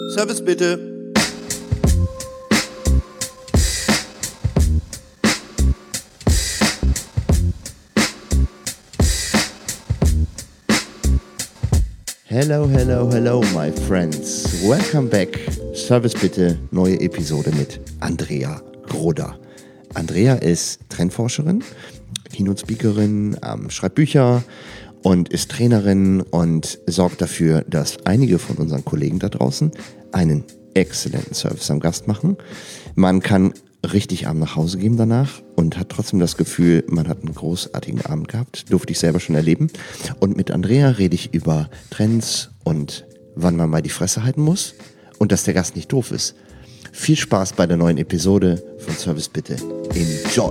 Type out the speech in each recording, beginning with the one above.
Service bitte. Hello, my friends. Welcome back. Service bitte, neue Episode mit Andrea Groder. Andrea ist Trendforscherin, Keynote-Speakerin, schreibt Bücher und ist Trainerin und sorgt dafür, dass einige von unseren Kollegen da draußen einen exzellenten Service am Gast machen. Man kann richtig Abend nach Hause gehen danach und hat trotzdem das Gefühl, man hat einen großartigen Abend gehabt. Durfte ich selber schon erleben. Und mit Andrea rede ich über Trends und wann man mal die Fresse halten muss und dass der Gast nicht doof ist. Viel Spaß bei der neuen Episode von Service bitte. Enjoy!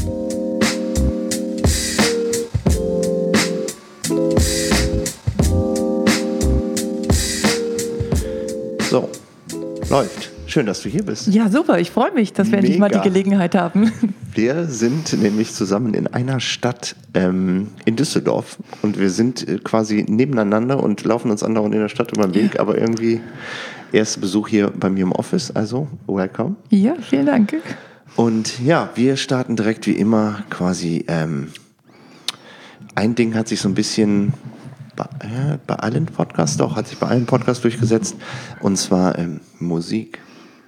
So, läuft. Schön, dass du hier bist. Ja, super. Ich freue mich, dass wir endlich mal die Gelegenheit haben. Wir sind nämlich zusammen in einer Stadt in Düsseldorf und wir sind quasi nebeneinander und laufen uns andauernd in der Stadt über den Weg, aber irgendwie erster Besuch hier bei mir im Office, also welcome. Ja, vielen Dank. Und ja, wir starten direkt wie immer quasi, ein Ding hat sich so ein bisschen bei allen Podcasts durchgesetzt, und zwar Musik.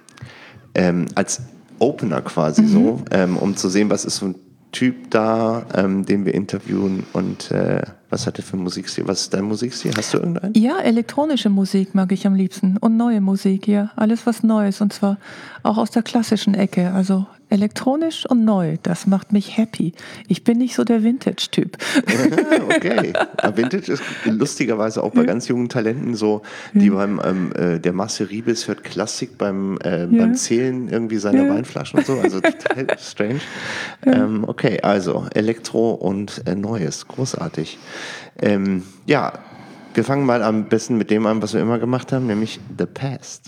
Als Opener quasi so, um zu sehen, was ist so ein Typ da, den wir interviewen und was hat er für Musikstil? Was ist dein Musikstil? Hast du irgendeinen? Ja, elektronische Musik mag ich am liebsten und neue Musik, ja. Alles was Neues und zwar auch aus der klassischen Ecke, also elektronisch und neu, das macht mich happy. Ich bin nicht so der Vintage-Typ. Okay, aber Vintage ist lustigerweise auch bei ganz jungen Talenten so, die beim, der Marcel Riebes hört Klassik beim Zählen irgendwie seiner Weinflaschen und so, also total strange. Okay, also Elektro und Neues, großartig. Ja, wir fangen mal am besten mit dem an, was wir immer gemacht haben, nämlich The Past.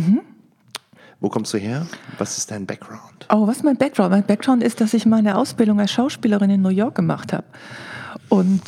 Wo kommst du her? Was ist dein Background? Oh, was ist mein Background? Mein Background ist, dass ich meine Ausbildung als Schauspielerin in New York gemacht habe. Und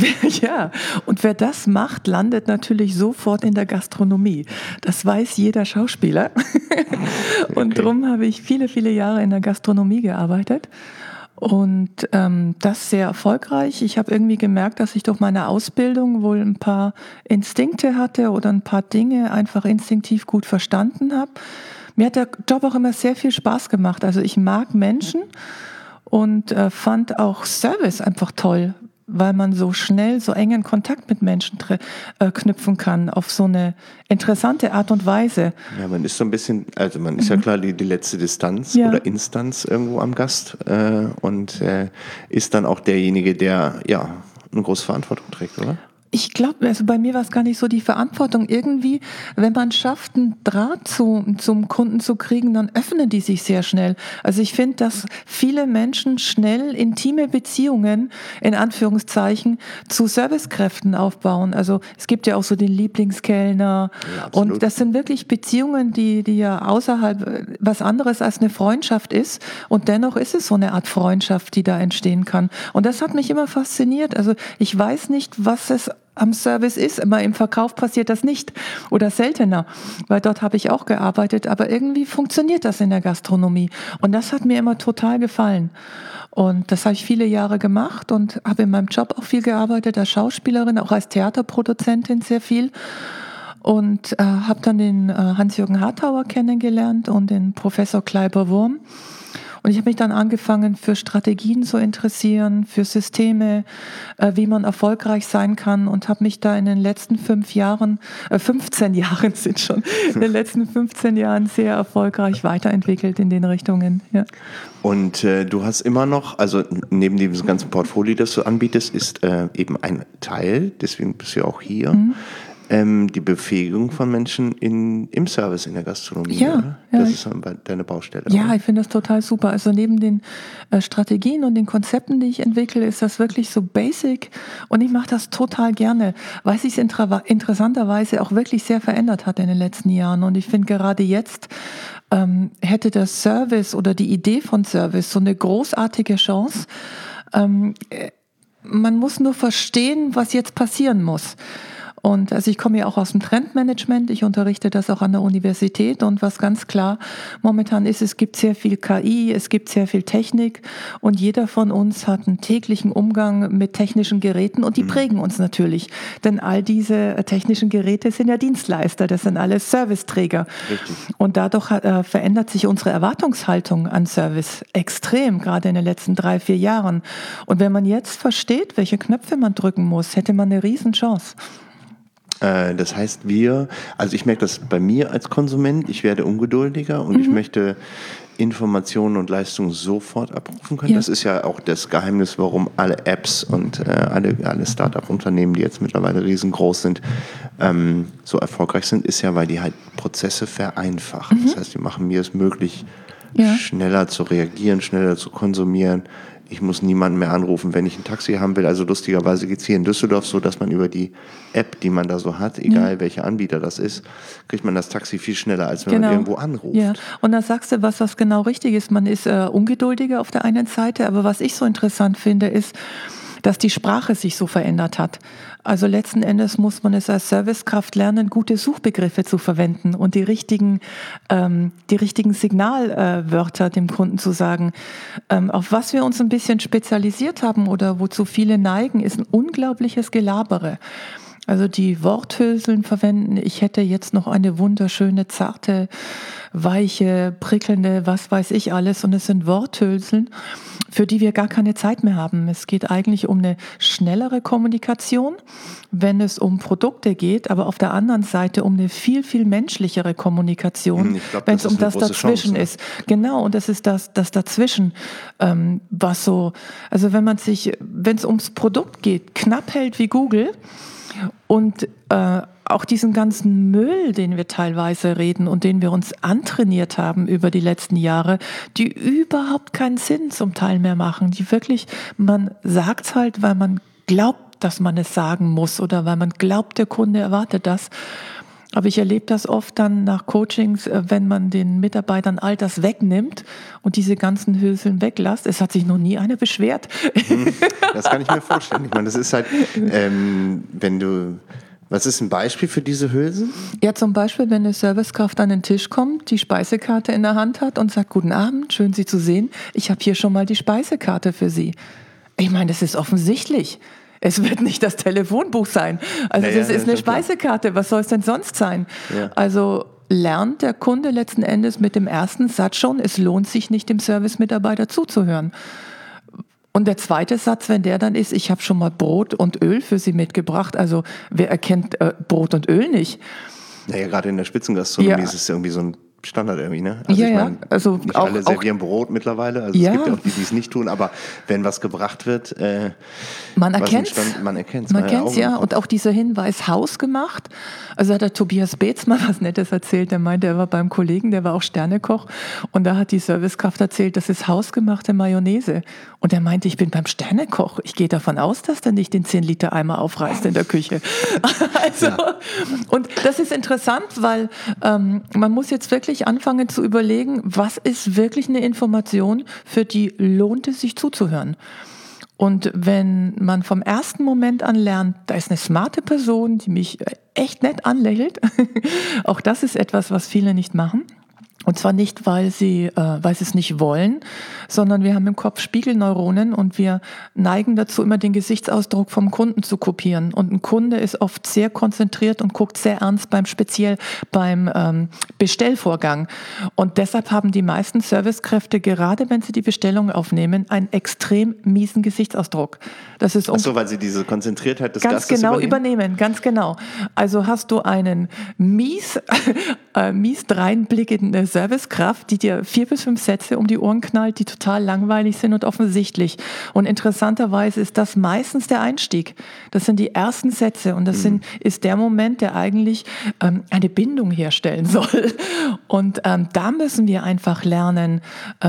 und wer das macht, landet natürlich sofort in der Gastronomie. Das weiß jeder Schauspieler. Und darum habe ich viele, viele Jahre in der Gastronomie gearbeitet. Und das sehr erfolgreich. Ich habe irgendwie gemerkt, dass ich durch meine Ausbildung wohl ein paar Instinkte hatte oder ein paar Dinge einfach instinktiv gut verstanden habe. Mir hat der Job auch immer sehr viel Spaß gemacht. Also ich mag Menschen und fand auch Service einfach toll, weil man so schnell so engen Kontakt mit Menschen knüpfen kann auf so eine interessante Art und Weise. Ja, man ist so ein bisschen, also man ist ja klar die letzte Distanz oder Instanz irgendwo am Gast und ist dann auch derjenige, der eine große Verantwortung trägt, oder? Ich glaube, also bei mir war es gar nicht so die Verantwortung. Irgendwie, wenn man schafft, einen Draht zum Kunden zu kriegen, dann öffnen die sich sehr schnell. Also ich finde, dass viele Menschen schnell intime Beziehungen, in Anführungszeichen, zu Servicekräften aufbauen. Also es gibt ja auch so den Lieblingskellner. Ja, und das sind wirklich Beziehungen, die ja außerhalb was anderes als eine Freundschaft ist. Und dennoch ist es so eine Art Freundschaft, die da entstehen kann. Und das hat mich immer fasziniert. Also ich weiß nicht, was es am Service ist. Immer im Verkauf passiert das nicht oder seltener, weil dort habe ich auch gearbeitet, aber irgendwie funktioniert das in der Gastronomie und das hat mir immer total gefallen und das habe ich viele Jahre gemacht und habe in meinem Job auch viel gearbeitet, als Schauspielerin, auch als Theaterproduzentin sehr viel und habe dann den Hans-Jürgen Harthauer kennengelernt und den Professor Kleiber-Wurm. Und ich habe mich dann angefangen, für Strategien zu interessieren, für Systeme, wie man erfolgreich sein kann und habe mich da in den letzten 15 Jahren sehr erfolgreich weiterentwickelt in den Richtungen. Ja. Und du hast immer noch, also neben diesem ganzen Portfolio, das du anbietest, ist eben ein Teil, deswegen bist du ja auch hier, die Befähigung von Menschen im Service, in der Gastronomie. Ja, das ist deine Baustelle. Ja, oder? Ich finde das total super. Also neben den Strategien und den Konzepten, die ich entwickle, ist das wirklich so basic und ich mache das total gerne, weil es sich interessanterweise auch wirklich sehr verändert hat in den letzten Jahren. Und ich finde gerade jetzt hätte der Service oder die Idee von Service so eine großartige Chance. Man muss nur verstehen, was jetzt passieren muss. Und also ich komme ja auch aus dem Trendmanagement, ich unterrichte das auch an der Universität und was ganz klar momentan ist, es gibt sehr viel KI, es gibt sehr viel Technik und jeder von uns hat einen täglichen Umgang mit technischen Geräten und die prägen uns natürlich, denn all diese technischen Geräte sind ja Dienstleister, das sind alles Serviceträger. Richtig. Und dadurch verändert sich unsere Erwartungshaltung an Service extrem, gerade in den letzten 3-4 Jahren. Und wenn man jetzt versteht, welche Knöpfe man drücken muss, hätte man eine Riesenchance. Das heißt, also ich merke das bei mir als Konsument, ich werde ungeduldiger und ich möchte Informationen und Leistungen sofort abrufen können. Ja. Das ist ja auch das Geheimnis, warum alle Apps und alle Start-up-Unternehmen, die jetzt mittlerweile riesengroß sind, so erfolgreich sind, ist ja, weil die halt Prozesse vereinfachen. Das heißt, die machen mir es möglich, schneller zu reagieren, schneller zu konsumieren. Ich muss niemanden mehr anrufen, wenn ich ein Taxi haben will. Also lustigerweise geht es hier in Düsseldorf so, dass man über die App, die man da so hat, egal welcher Anbieter das ist, kriegt man das Taxi viel schneller, als wenn man irgendwo anruft. Ja, und da sagst du was genau richtig ist. Man ist ungeduldiger auf der einen Seite, aber was ich so interessant finde, ist, dass die Sprache sich so verändert hat. Also letzten Endes muss man es als Servicekraft lernen, gute Suchbegriffe zu verwenden und die richtigen Signalwörter dem Kunden zu sagen. Auf was wir uns ein bisschen spezialisiert haben oder wozu viele neigen, ist ein unglaubliches Gelabere. Also die Worthülsen verwenden, ich hätte jetzt noch eine wunderschöne, zarte, weiche, prickelnde, was weiß ich alles. Und es sind Worthülsen, für die wir gar keine Zeit mehr haben. Es geht eigentlich um eine schnellere Kommunikation, wenn es um Produkte geht, aber auf der anderen Seite um eine viel, viel menschlichere Kommunikation, wenn es um das Dazwischen ist. Genau, und das ist das Dazwischen, was so, also wenn es ums Produkt geht, knapp hält wie Google, und auch diesen ganzen Müll, den wir teilweise reden und den wir uns antrainiert haben über die letzten Jahre, die überhaupt keinen Sinn zum Teil mehr machen, die wirklich, man sagt es halt, weil man glaubt, dass man es sagen muss oder weil man glaubt, der Kunde erwartet das. Aber ich erlebe das oft dann nach Coachings, wenn man den Mitarbeitern all das wegnimmt und diese ganzen Hülsen weglässt. Es hat sich noch nie einer beschwert. Das kann ich mir vorstellen. Ich meine, das ist halt, was ist ein Beispiel für diese Hülsen? Ja, zum Beispiel, wenn eine Servicekraft an den Tisch kommt, die Speisekarte in der Hand hat und sagt, guten Abend, schön Sie zu sehen. Ich habe hier schon mal die Speisekarte für Sie. Ich meine, das ist offensichtlich. Es wird nicht das Telefonbuch sein. Also das ist eine Speisekarte. Was soll es denn sonst sein? Ja. Also lernt der Kunde letzten Endes mit dem ersten Satz schon, es lohnt sich nicht, dem Service-Mitarbeiter zuzuhören. Und der zweite Satz, wenn der dann ist, ich habe schon mal Brot und Öl für Sie mitgebracht. Also wer erkennt Brot und Öl nicht? Naja, gerade in der Spitzengastronomie ist es irgendwie so ein Standard irgendwie, ne? Also ich meine, also nicht alle servieren Brot mittlerweile, also es gibt ja auch die es nicht tun, aber wenn was gebracht wird, man erkennt es. Ja. Und auch dieser Hinweis, hausgemacht, also hat der Tobias Beetz mal was Nettes erzählt, der meinte, er war beim Kollegen, der war auch Sternekoch und da hat die Servicekraft erzählt, das ist hausgemachte Mayonnaise und er meinte, ich bin beim Sternekoch, ich gehe davon aus, dass der nicht den 10-Liter-Eimer aufreißt in der Küche. Also, und das ist interessant, weil man muss jetzt wirklich anfangen zu überlegen, was ist wirklich eine Information, für die lohnt es sich zuzuhören. Und wenn man vom ersten Moment an lernt, da ist eine smarte Person, die mich echt nett anlächelt, auch das ist etwas, was viele nicht machen. Und zwar nicht, weil sie es nicht wollen, sondern wir haben im Kopf Spiegelneuronen und wir neigen dazu, immer den Gesichtsausdruck vom Kunden zu kopieren. Und ein Kunde ist oft sehr konzentriert und guckt sehr ernst speziell beim Bestellvorgang. Und deshalb haben die meisten Servicekräfte, gerade wenn sie die Bestellung aufnehmen, einen extrem miesen Gesichtsausdruck. Das ist weil sie diese Konzentriertheit des Gastes übernehmen. Ganz genau. Also hast du einen mies dreinblickenden Servicekraft, die dir 4 bis 5 Sätze um die Ohren knallt, die total langweilig sind und offensichtlich. Und interessanterweise ist das meistens der Einstieg. Das sind die ersten Sätze und das ist der Moment, der eigentlich eine Bindung herstellen soll. Und da müssen wir einfach lernen,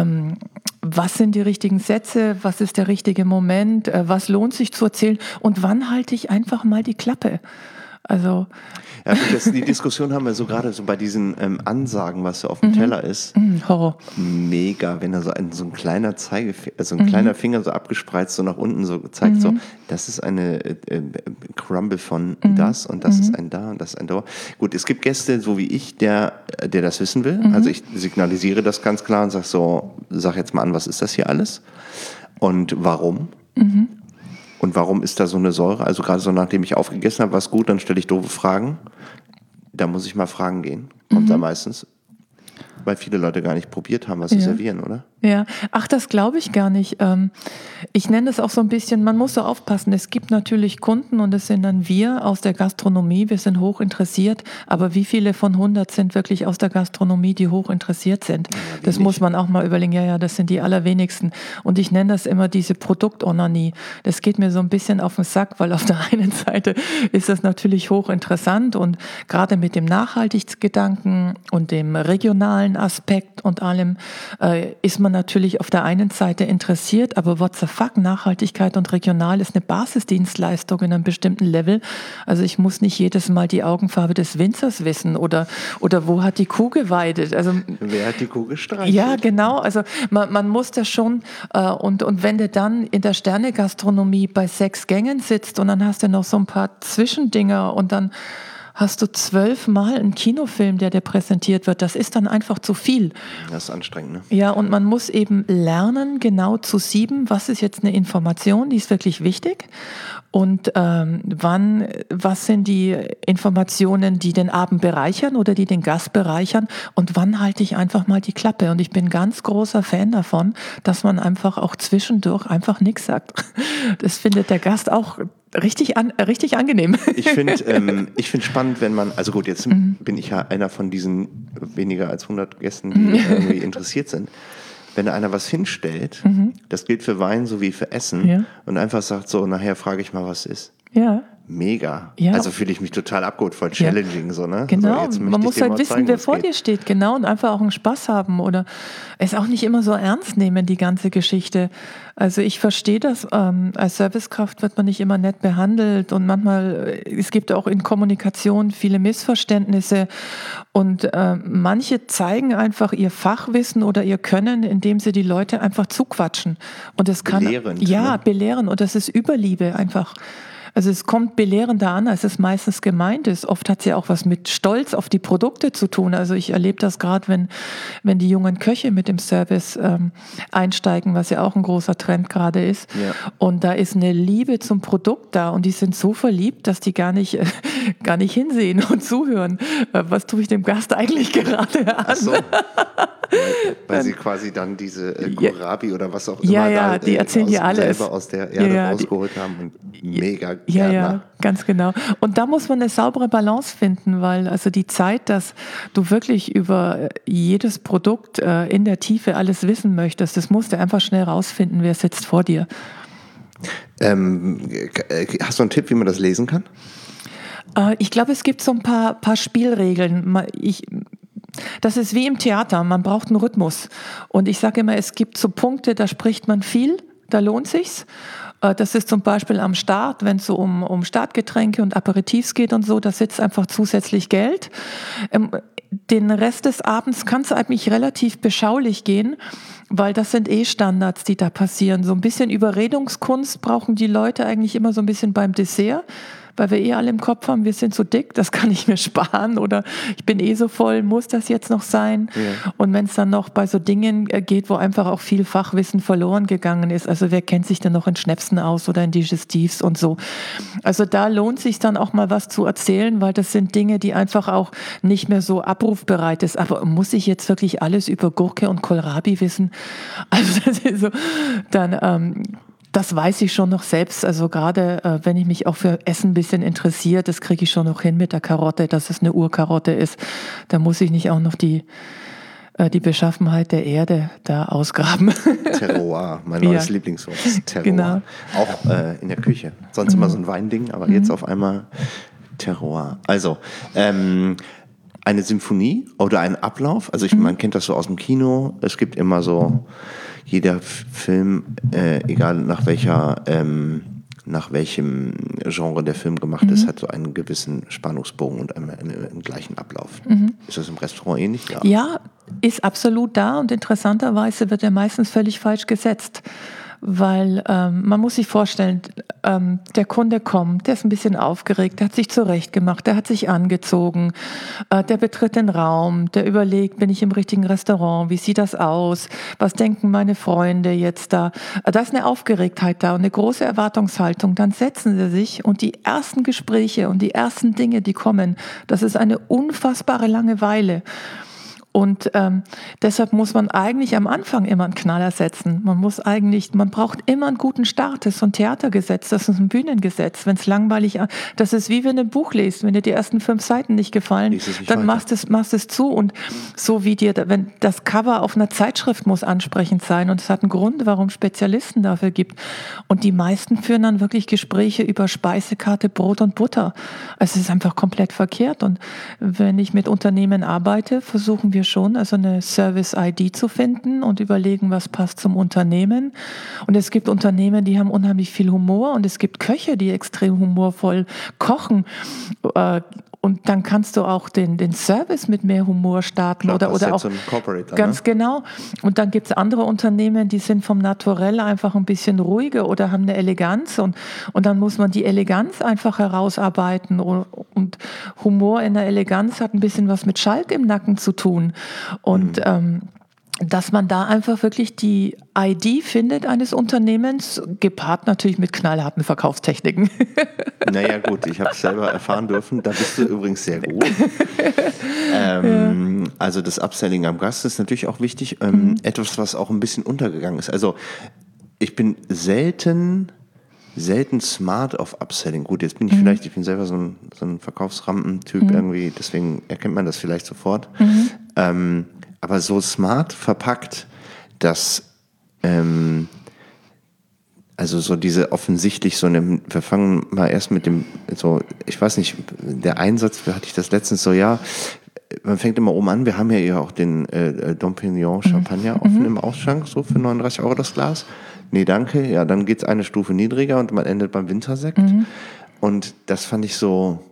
was sind die richtigen Sätze, was ist der richtige Moment, was lohnt sich zu erzählen und wann halte ich einfach mal die Klappe. Also ja, die Diskussion haben wir so gerade so bei diesen Ansagen, was so auf dem Teller ist. Horror. Mega, wenn da so ein kleiner Zeigefinger, also ein kleiner Finger so abgespreizt so nach unten so zeigt, so, das ist eine Crumble von das und das ist ein da und das ist ein da. Gut, es gibt Gäste, so wie ich, der das wissen will. Also ich signalisiere das ganz klar und sag jetzt mal an, was ist das hier alles? Und warum? Und warum ist da so eine Säure? Also gerade so, nachdem ich aufgegessen habe, war es gut, dann stelle ich doofe Fragen. Da muss ich mal fragen gehen. Kommt da meistens. Weil viele Leute gar nicht probiert haben, was sie servieren, oder? Ja, ach, das glaube ich gar nicht. Ich nenne das auch so ein bisschen, man muss so aufpassen, es gibt natürlich Kunden und das sind dann wir aus der Gastronomie, wir sind hoch interessiert, aber wie viele von 100 sind wirklich aus der Gastronomie, die hoch interessiert sind? Ja, das muss man auch mal überlegen, ja, das sind die allerwenigsten. Und ich nenne das immer diese Produktonanie. Das geht mir so ein bisschen auf den Sack, weil auf der einen Seite ist das natürlich hochinteressant und gerade mit dem Nachhaltigkeitsgedanken und dem regionalen Aspekt und allem ist man natürlich auf der einen Seite interessiert, aber what the fuck, Nachhaltigkeit und regional ist eine Basisdienstleistung in einem bestimmten Level. Also ich muss nicht jedes Mal die Augenfarbe des Winzers wissen oder wo hat die Kuh geweidet. Also, wer hat die Kuh gestreichelt? Ja, genau. Also man muss das schon und wenn du dann in der Sternegastronomie bei 6 Gängen sitzt und dann hast du noch so ein paar Zwischendinger und dann hast du 12 Mal einen Kinofilm, der dir präsentiert wird. Das ist dann einfach zu viel. Das ist anstrengend, ne? Ja, und man muss eben lernen, genau zu sieben, was ist jetzt eine Information, die ist wirklich wichtig und was sind die Informationen, die den Abend bereichern oder die den Gast bereichern und wann halte ich einfach mal die Klappe. Und ich bin ganz großer Fan davon, dass man einfach auch zwischendurch einfach nichts sagt. Das findet der Gast auch richtig angenehm. Ich finde spannend, wenn man, also gut, jetzt bin ich ja einer von diesen weniger als 100 Gästen, die irgendwie interessiert sind. Wenn da einer was hinstellt, das gilt für Wein sowie für Essen und einfach sagt so, nachher frage ich mal, was ist. Ja. Mega. Ja. Also fühle ich mich total abgeholt, voll challenging, so, ne? Genau, so, man muss halt wissen, wer vor dir steht, genau, und einfach auch einen Spaß haben oder es auch nicht immer so ernst nehmen, die ganze Geschichte. Also ich verstehe das, als Servicekraft wird man nicht immer nett behandelt und manchmal, es gibt auch in Kommunikation viele Missverständnisse und manche zeigen einfach ihr Fachwissen oder ihr Können, indem sie die Leute einfach zuquatschen. Und das kann, belehrend, ja, ne? Belehren und das ist Überliebe einfach. Also es kommt belehrender an, als es meistens gemeint ist. Oft hat es ja auch was mit Stolz auf die Produkte zu tun. Also ich erlebe das gerade, wenn die jungen Köche mit dem Service einsteigen, was ja auch ein großer Trend gerade ist. Ja. Und da ist eine Liebe zum Produkt da und die sind so verliebt, dass die gar nicht hinsehen und zuhören. Was tue ich dem Gast eigentlich gerade an? Ach so. Weil sie quasi dann diese Kohlrabi oder was auch immer da, die erzählen dir alles. Selber aus der Erde rausgeholt haben und mega gerne. Ja, ganz genau. Und da muss man eine saubere Balance finden, weil also die Zeit, dass du wirklich über jedes Produkt in der Tiefe alles wissen möchtest, das musst du einfach schnell rausfinden, wer sitzt vor dir. Hast du einen Tipp, wie man das lesen kann? Ich glaube, es gibt so ein paar Spielregeln. Das ist wie im Theater, man braucht einen Rhythmus. Und ich sage immer, es gibt so Punkte, da spricht man viel, da lohnt sich's. Das ist zum Beispiel am Start, wenn es so um Startgetränke und Aperitifs geht und so, da sitzt einfach zusätzlich Geld. Den Rest des Abends kann es eigentlich relativ beschaulich gehen, weil das sind Standards, die da passieren. So ein bisschen Überredungskunst brauchen die Leute eigentlich immer so ein bisschen beim Dessert, weil wir alle im Kopf haben, wir sind so dick, das kann ich mir sparen oder ich bin so voll, muss das jetzt noch sein? Ja. Und wenn es dann noch bei so Dingen geht, wo einfach auch viel Fachwissen verloren gegangen ist, also wer kennt sich denn noch in Schnäpsen aus oder in Digestivs und so. Also da lohnt sich dann auch mal was zu erzählen, weil das sind Dinge, die einfach auch nicht mehr so abrufbereit ist. Aber muss ich jetzt wirklich alles über Gurke und Kohlrabi wissen? Also das ist so, dann das weiß ich schon noch selbst, also gerade wenn ich mich auch für Essen ein bisschen interessiere, das kriege ich schon noch hin mit der Karotte, dass es eine Urkarotte ist. Da muss ich nicht auch noch die Beschaffenheit der Erde da ausgraben. Terroir, mein neues Lieblingswort. Terroir. Genau. Auch in der Küche. Sonst immer so ein Weinding, aber jetzt auf einmal Terroir. Also, eine Symphonie oder ein Ablauf, also man kennt das so aus dem Kino, es gibt immer so, jeder Film, egal nach welcher nach welchem Genre der Film gemacht ist, hat so einen gewissen Spannungsbogen und einen gleichen Ablauf. Ist das im Restaurant ähnlich? Ja, ist absolut da und interessanterweise wird er meistens völlig falsch gesetzt. Weil man muss sich vorstellen, der Kunde kommt, der ist ein bisschen aufgeregt, der hat sich zurechtgemacht, der hat sich angezogen, der betritt den Raum, der überlegt, bin ich im richtigen Restaurant, wie sieht das aus, was denken meine Freunde jetzt da. Da ist eine Aufgeregtheit da und eine große Erwartungshaltung. Dann setzen sie sich und die ersten Gespräche und die ersten Dinge, die kommen, das ist eine unfassbare Langeweile. Und deshalb muss man eigentlich am Anfang immer einen Knaller setzen. Man braucht immer einen guten Start. Das ist so ein Theatergesetz, das ist ein Bühnengesetz. Wenn es langweilig ist, das ist wie wenn du ein Buch liest. Wenn dir die ersten 5 Seiten nicht gefallen, dann machst es zu. Und so wie wenn das Cover auf einer Zeitschrift muss ansprechend sein. Und es hat einen Grund, warum Spezialisten dafür gibt. Und die meisten führen dann wirklich Gespräche über Speisekarte, Brot und Butter. Es ist einfach komplett verkehrt. Und wenn ich mit Unternehmen arbeite, versuchen wir schon, also eine Service-ID zu finden und überlegen, was passt zum Unternehmen. Und es gibt Unternehmen, die haben unheimlich viel Humor und es gibt Köche, die extrem humorvoll kochen. Und dann kannst du auch den Service mit mehr Humor starten. Klar, oder auch so ein Corporate, ganz genau. Und dann gibt es andere Unternehmen, die sind vom Naturell einfach ein bisschen ruhiger oder haben eine Eleganz. Und dann muss man die Eleganz einfach herausarbeiten. Und Humor in der Eleganz hat ein bisschen was mit Schalk im Nacken zu tun. Und dass man da einfach wirklich die ID findet eines Unternehmens, gepaart natürlich mit knallharten Verkaufstechniken. Naja gut, ich habe es selber erfahren dürfen, da bist du übrigens sehr gut. Also das Upselling am Gast ist natürlich auch wichtig, etwas, was auch ein bisschen untergegangen ist. Also ich bin selten smart auf Upselling. Gut, jetzt bin ich bin selber so ein Verkaufsrampentyp irgendwie, deswegen erkennt man das vielleicht sofort. Aber so smart verpackt, dass also so diese offensichtlich wir fangen mal erst mit dem, so, ich weiß nicht, der Einsatz, hatte ich das letztens so, ja, man fängt immer oben an, wir haben ja auch den Dom Pérignon Champagner offen im Ausschank, so für 39 € das Glas. Nee, danke, ja, dann geht's eine Stufe niedriger und man endet beim Wintersekt. Und das fand ich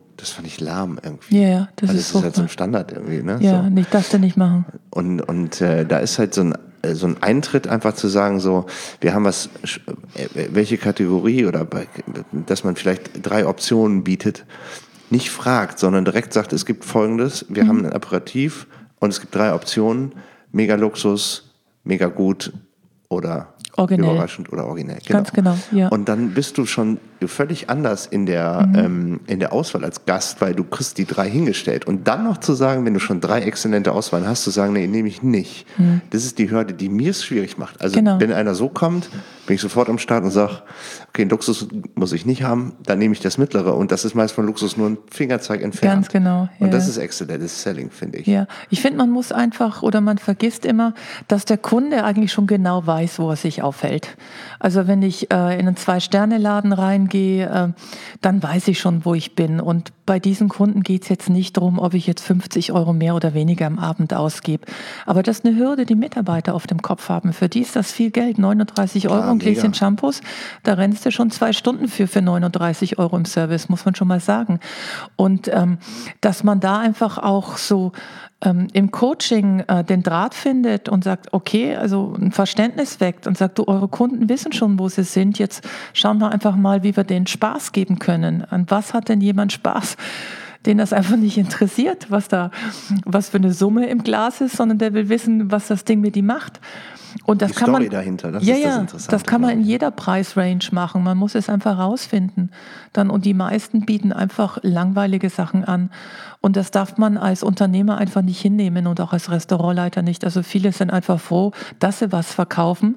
lahm irgendwie. Ja, das ist halt so ein Standard irgendwie, ne? Ja, so. nicht das denn nicht machen. Und da ist halt so ein Eintritt einfach zu sagen, so, wir haben welche Kategorie oder dass man vielleicht 3 Optionen bietet, nicht fragt, sondern direkt sagt, es gibt Folgendes, wir haben ein Aperitif und es gibt 3 Optionen, mega Luxus, mega gut oder originell. Überraschend oder originell. Ganz genau, ja. Und dann bist du schon völlig anders in der Auswahl als Gast, weil du kriegst die 3 hingestellt. Und dann noch zu sagen, wenn du schon 3 exzellente Auswahlen hast, zu sagen, nee, nehme ich nicht. Das ist die Hürde, die mir es schwierig macht. Also wenn einer so kommt, bin ich sofort am Start und sage, okay, Luxus muss ich nicht haben, dann nehme ich das Mittlere. Und das ist meist von Luxus nur ein Fingerzeig entfernt. Ganz genau. Ja. Und das ist exzellentes Selling, finde ich. Ja, ich finde, man muss einfach, oder man vergisst immer, dass der Kunde eigentlich schon genau weiß, wo er sich aufhält. Also wenn ich in einen 2-Sterne-Laden reingehe, dann weiß ich schon, wo ich bin. Und bei diesen Kunden geht es jetzt nicht darum, ob ich jetzt 50 € mehr oder weniger am Abend ausgebe. Aber das ist eine Hürde, die Mitarbeiter auf dem Kopf haben. Für die ist das viel Geld, 39 € ein Gläschen Shampoos. Da rennst du schon 2 Stunden für 39 € im Service, muss man schon mal sagen. Und dass man da einfach auch so im Coaching den Draht findet und sagt, okay, also ein Verständnis weckt und sagt, du, eure Kunden wissen schon, wo sie sind, jetzt schauen wir einfach mal, wie wir denen Spaß geben können. An was hat denn jemand Spaß, den das einfach nicht interessiert, was für eine Summe im Glas ist, sondern der will wissen, was das Ding mit ihm macht. Und das die kann Story man, dahinter, das ja, ist das ja, Interessante. das kann man in jeder Preisrange machen. Man muss es einfach rausfinden. Und die meisten bieten einfach langweilige Sachen an. Und das darf man als Unternehmer einfach nicht hinnehmen und auch als Restaurantleiter nicht. Also viele sind einfach froh, dass sie was verkaufen.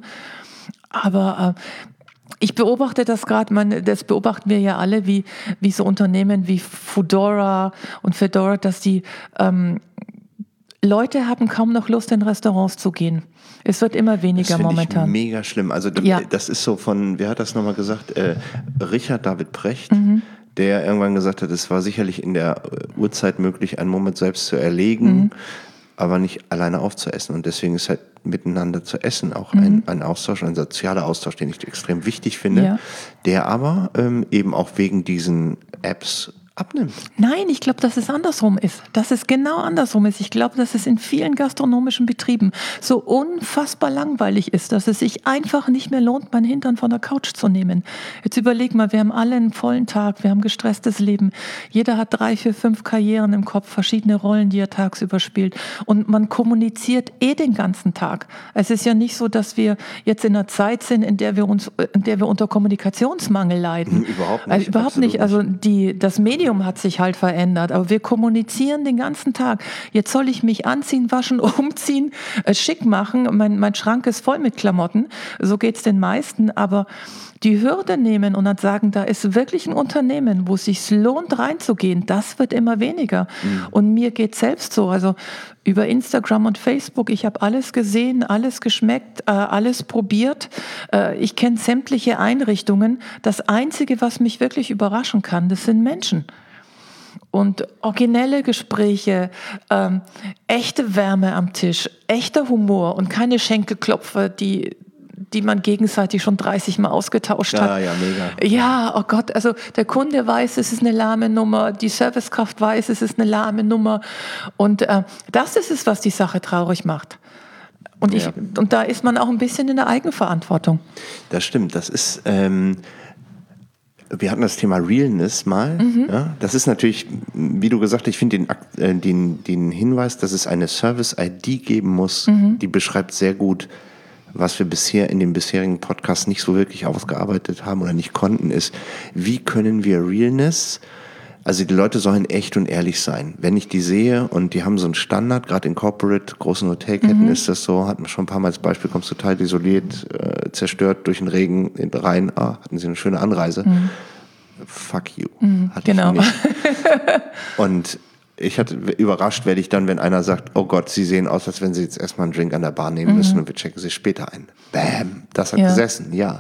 Aber ich beobachte das gerade, das beobachten wir ja alle, wie so Unternehmen wie Foodora und Fedora, dass die Leute haben kaum noch Lust, in Restaurants zu gehen. Es wird immer weniger momentan. Das finde ich mega schlimm. Also das ist so von, wer hat das nochmal gesagt? Richard David Precht, der irgendwann gesagt hat, es war sicherlich in der Urzeit möglich, einen Moment selbst zu erlegen. aber nicht alleine aufzuessen. Und deswegen ist halt miteinander zu essen auch ein Austausch, ein sozialer Austausch, den ich extrem wichtig finde, der aber eben auch wegen diesen Apps abnimmt. Nein, ich glaube, dass es andersrum ist. Dass es genau andersrum ist. Ich glaube, dass es in vielen gastronomischen Betrieben so unfassbar langweilig ist, dass es sich einfach nicht mehr lohnt, meinen Hintern von der Couch zu nehmen. Jetzt überleg mal, wir haben alle einen vollen Tag, wir haben ein gestresstes Leben. Jeder hat 3, 4, 5 Karrieren im Kopf, verschiedene Rollen, die er tagsüber spielt. Und man kommuniziert den ganzen Tag. Es ist ja nicht so, dass wir jetzt in einer Zeit sind, in der wir unter Kommunikationsmangel leiden. Überhaupt nicht. Also überhaupt nicht. Also das Medium hat sich halt verändert, aber wir kommunizieren den ganzen Tag. Jetzt soll ich mich anziehen, waschen, umziehen, schick machen. Mein Schrank ist voll mit Klamotten. So geht's den meisten, aber die Hürde nehmen und dann sagen, da ist wirklich ein Unternehmen, wo es sich lohnt, reinzugehen, das wird immer weniger. Und mir geht's selbst so. Also über Instagram und Facebook, ich habe alles gesehen, alles geschmeckt, alles probiert. Ich kenne sämtliche Einrichtungen. Das Einzige, was mich wirklich überraschen kann, das sind Menschen. Und originelle Gespräche, echte Wärme am Tisch, echter Humor und keine Schenkelklopfer, die man gegenseitig schon 30 Mal ausgetauscht hat. Ja, mega. Ja, oh Gott, also der Kunde weiß, es ist eine lahme Nummer, die Servicekraft weiß, es ist eine lahme Nummer. Und das ist es, was die Sache traurig macht. Und da ist man auch ein bisschen in der Eigenverantwortung. Das stimmt, das ist... wir hatten das Thema Realness mal. Ja, das ist natürlich, wie du gesagt hast, ich finde den Hinweis, dass es eine Service-ID geben muss, die beschreibt sehr gut, was wir bisher in den bisherigen Podcasts nicht so wirklich ausgearbeitet haben oder nicht konnten, ist, wie können wir Realness, also die Leute sollen echt und ehrlich sein. Wenn ich die sehe und die haben so einen Standard, gerade in Corporate, großen Hotelketten ist das so, hatten wir schon ein paar Mal als Beispiel, kommst total isoliert, zerstört durch den Regen rein, hatten sie eine schöne Anreise. Fuck you. Hatte ich nicht. Und ich hatte überrascht, werde ich dann, wenn einer sagt, oh Gott, Sie sehen aus, als wenn Sie jetzt erstmal einen Drink an der Bar nehmen müssen und wir checken Sie später ein. Bam, das hat gesessen, ja.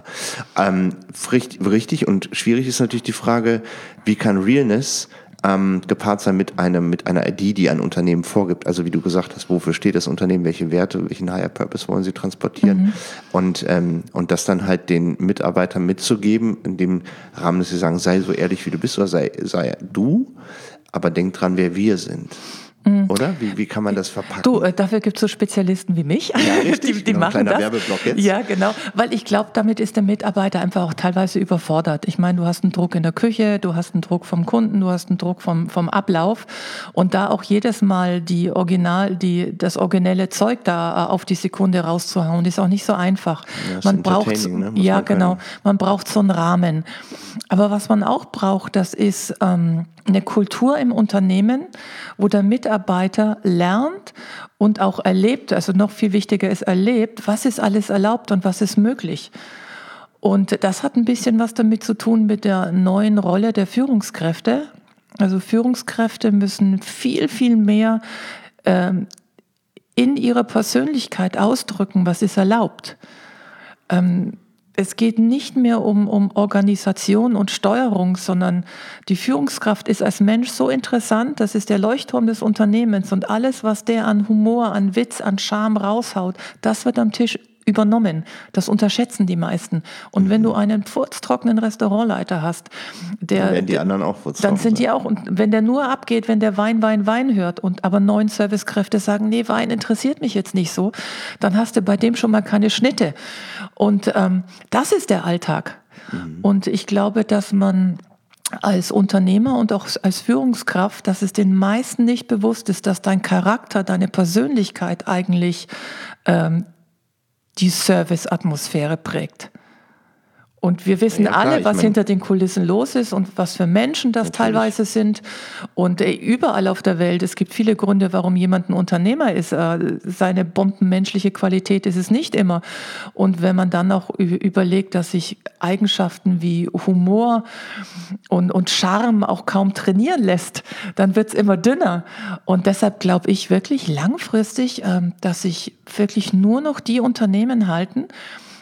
Richtig und schwierig ist natürlich die Frage, wie kann Realness gepaart sein mit einer ID, die ein Unternehmen vorgibt. Also wie du gesagt hast, wofür steht das Unternehmen, welche Werte, welchen Higher Purpose wollen sie transportieren und das dann halt den Mitarbeitern mitzugeben, in dem Rahmen, dass sie sagen, sei so ehrlich, wie du bist, oder sei du, aber denk dran, wer wir sind. Oder? Wie kann man das verpacken? Du, dafür gibt es so Spezialisten wie mich, ja, richtig, die machen das. Werbeblock jetzt. Ja, genau, weil ich glaube, damit ist der Mitarbeiter einfach auch teilweise überfordert. Ich meine, du hast einen Druck in der Küche, du hast einen Druck vom Kunden, du hast einen Druck vom Ablauf und da auch jedes Mal das originelle Zeug da auf die Sekunde rauszuhauen, ist auch nicht so einfach. Ja, man braucht, ne? Man braucht so einen Rahmen. Aber was man auch braucht, das ist eine Kultur im Unternehmen, wo der Mitarbeiter lernt und auch erlebt, also noch viel wichtiger ist erlebt, was ist alles erlaubt und was ist möglich. Und das hat ein bisschen was damit zu tun mit der neuen Rolle der Führungskräfte. Also Führungskräfte müssen viel, viel mehr in ihrer Persönlichkeit ausdrücken, was ist erlaubt. Es geht nicht mehr um Organisation und Steuerung, sondern die Führungskraft ist als Mensch so interessant, das ist der Leuchtturm des Unternehmens und alles, was der an Humor, an Witz, an Charme raushaut, das wird am Tisch übernommen. Das unterschätzen die meisten. Und wenn du einen furztrockenen Restaurantleiter hast, dann werden die anderen auch furztrocken. Dann sind die auch, und wenn der nur abgeht, wenn der Wein hört und aber 9 Servicekräfte sagen, nee, Wein interessiert mich jetzt nicht so, dann hast du bei dem schon mal keine Schnitte. Und das ist der Alltag. Und ich glaube, dass man als Unternehmer und auch als Führungskraft, dass es den meisten nicht bewusst ist, dass dein Charakter, deine Persönlichkeit eigentlich die Service-Atmosphäre prägt. Und wir wissen alle, was hinter den Kulissen los ist und was für Menschen das teilweise sind. Und überall auf der Welt, es gibt viele Gründe, warum jemand ein Unternehmer ist. Seine bombenmenschliche Qualität ist es nicht immer. Und wenn man dann auch überlegt, dass sich Eigenschaften wie Humor und Charme auch kaum trainieren lässt, dann wird es immer dünner. Und deshalb glaube ich wirklich langfristig, dass sich wirklich nur noch die Unternehmen halten,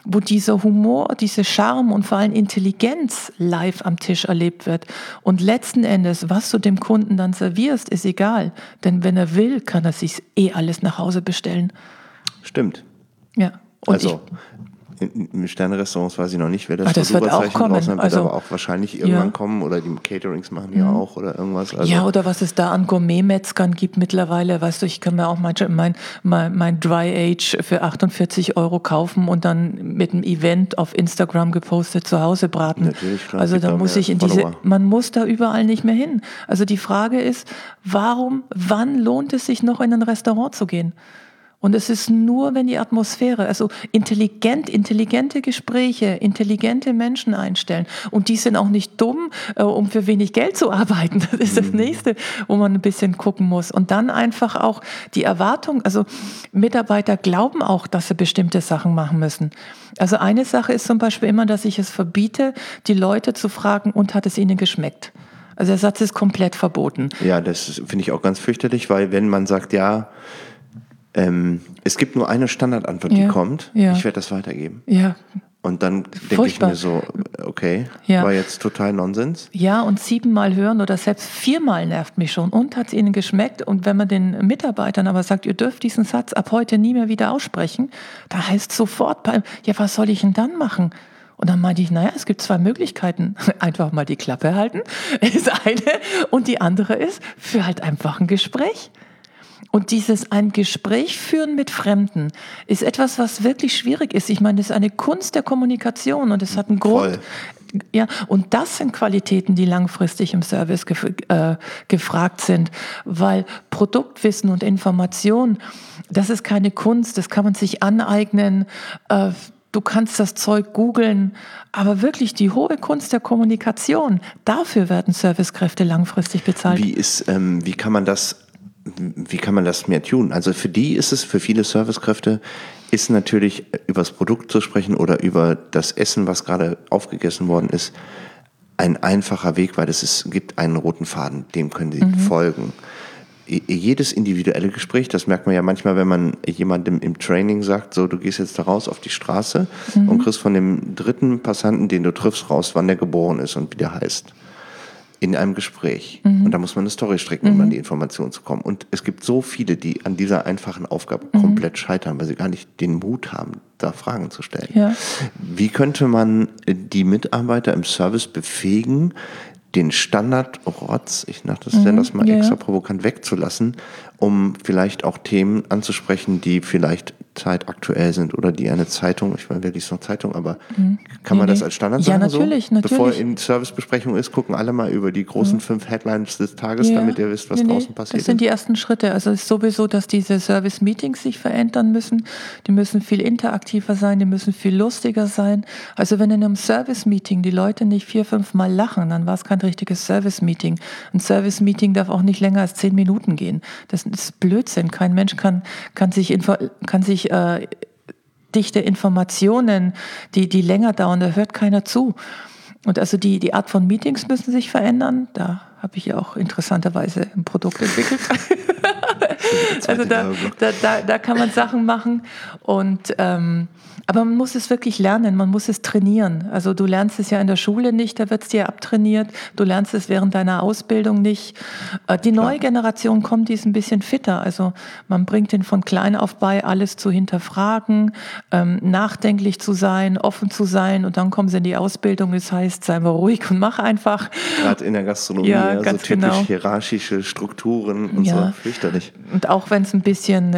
wo dieser Humor, diese Charme und vor allem Intelligenz live am Tisch erlebt wird. Und letzten Endes, was du dem Kunden dann servierst, ist egal. Denn wenn er will, kann er sich alles nach Hause bestellen. Stimmt. Ja. Und also in Sterne-Restaurants weiß ich noch nicht, wer das das wird auch kommen. Wird aber auch wahrscheinlich irgendwann kommen, oder die Caterings machen ja auch oder irgendwas. Also ja, oder was es da an Gourmet-Metzgern gibt mittlerweile, weißt du, ich kann mir auch mein Dry Age für 48 € kaufen und dann mit einem Event auf Instagram gepostet zu Hause braten. Natürlich, klar. Also da muss ich man muss da überall nicht mehr hin. Also die Frage ist, wann lohnt es sich noch in ein Restaurant zu gehen? Und es ist nur, wenn die Atmosphäre, also intelligente Gespräche, intelligente Menschen einstellen. Und die sind auch nicht dumm, um für wenig Geld zu arbeiten. Das ist das Nächste, wo man ein bisschen gucken muss. Und dann einfach auch die Erwartung, also Mitarbeiter glauben auch, dass sie bestimmte Sachen machen müssen. Also eine Sache ist zum Beispiel immer, dass ich es verbiete, die Leute zu fragen, und hat es ihnen geschmeckt? Also der Satz ist komplett verboten. Ja, das finde ich auch ganz fürchterlich, weil wenn man sagt, ja, es gibt nur eine Standardantwort, die kommt. Ja. Ich werde das weitergeben. Ja. Und dann denke ich mir so, okay, war jetzt total Nonsens. Ja, und 7-mal hören oder selbst 4-mal nervt mich schon. Und hat es Ihnen geschmeckt? Und wenn man den Mitarbeitern aber sagt, ihr dürft diesen Satz ab heute nie mehr wieder aussprechen, da heißt sofort, ja, was soll ich denn dann machen? Und dann meinte ich, naja, es gibt 2 Möglichkeiten. Einfach mal die Klappe halten, ist eine. Und die andere ist, für halt einfach ein Gespräch. Und ein Gespräch führen mit Fremden ist etwas, was wirklich schwierig ist. Ich meine, das ist eine Kunst der Kommunikation und es hat einen Grund. Ja, und das sind Qualitäten, die langfristig im Service gefragt sind, weil Produktwissen und Information, das ist keine Kunst, das kann man sich aneignen. Du kannst das Zeug googeln, aber wirklich die hohe Kunst der Kommunikation, dafür werden Servicekräfte langfristig bezahlt. Wie kann man das mehr tun? Also für viele Servicekräfte ist natürlich über das Produkt zu sprechen oder über das Essen, was gerade aufgegessen worden ist, ein einfacher Weg, weil es gibt einen roten Faden, dem können sie folgen. Jedes individuelle Gespräch, das merkt man ja manchmal, wenn man jemandem im Training sagt, so, du gehst jetzt da raus auf die Straße und kriegst von dem dritten Passanten, den du triffst, raus, wann der geboren ist und wie der heißt. In einem Gespräch. Und da muss man eine Story stricken, um an die Information zu kommen. Und es gibt so viele, die an dieser einfachen Aufgabe komplett scheitern, weil sie gar nicht den Mut haben, da Fragen zu stellen. Ja. Wie könnte man die Mitarbeiter im Service befähigen, den Standardrotz, ich nenne das mal extra provokant, wegzulassen, um vielleicht auch Themen anzusprechen, die vielleicht zeitaktuell sind oder die eine Zeitung, ich meine, wer liest noch Zeitung, aber kann man das als Standard sagen? Ja, natürlich. Bevor in Servicebesprechung ist, gucken alle mal über die großen 5 Headlines des Tages, damit ihr wisst, was draußen passiert. Das sind die ersten Schritte. Also es ist sowieso, dass diese Service-Meetings sich verändern müssen. Die müssen viel interaktiver sein, die müssen viel lustiger sein. Also wenn in einem Service-Meeting die Leute nicht 4-5 Mal lachen, dann war es kein richtiges Service-Meeting. Ein Service-Meeting darf auch nicht länger als 10 Minuten gehen. Das ist Blödsinn. Kein Mensch kann sich dichte Informationen, die länger dauern, da hört keiner zu. Und also die Art von Meetings müssen sich verändern. Da habe ich ja auch interessanterweise ein Produkt entwickelt. Also da kann man Sachen machen. Und aber man muss es wirklich lernen, man muss es trainieren. Also du lernst es ja in der Schule nicht, da wird es dir abtrainiert. Du lernst es während deiner Ausbildung nicht. Die neue Generation kommt, die ist ein bisschen fitter. Also man bringt den von klein auf bei, alles zu hinterfragen, nachdenklich zu sein, offen zu sein. Und dann kommen sie in die Ausbildung, das heißt, sei mal ruhig und mach einfach. Gerade in der Gastronomie, so typisch hierarchische Strukturen und so, fürchterlich. Und auch wenn es ein bisschen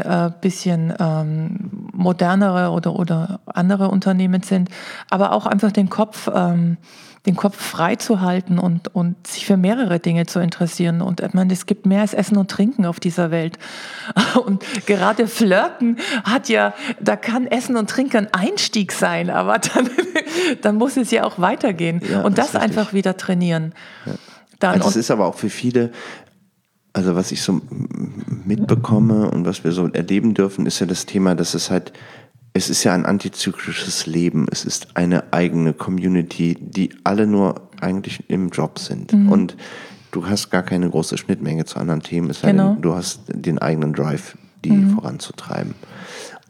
modernere oder andere Unternehmen sind, aber auch einfach den Kopf frei zu halten und sich für mehrere Dinge zu interessieren. Und ich meine, es gibt mehr als Essen und Trinken auf dieser Welt. Und gerade Flirten da kann Essen und Trinken ein Einstieg sein, aber dann muss es ja auch weitergehen. Ja, und das einfach wieder trainieren. Ja. Das ist aber auch für viele, also was ich so mitbekomme und was wir so erleben dürfen, ist ja das Thema, dass es ist ja ein antizyklisches Leben. Es ist eine eigene Community, die alle nur eigentlich im Job sind. Und du hast gar keine große Schnittmenge zu anderen Themen. Es sei denn, du hast den eigenen Drive, die voranzutreiben.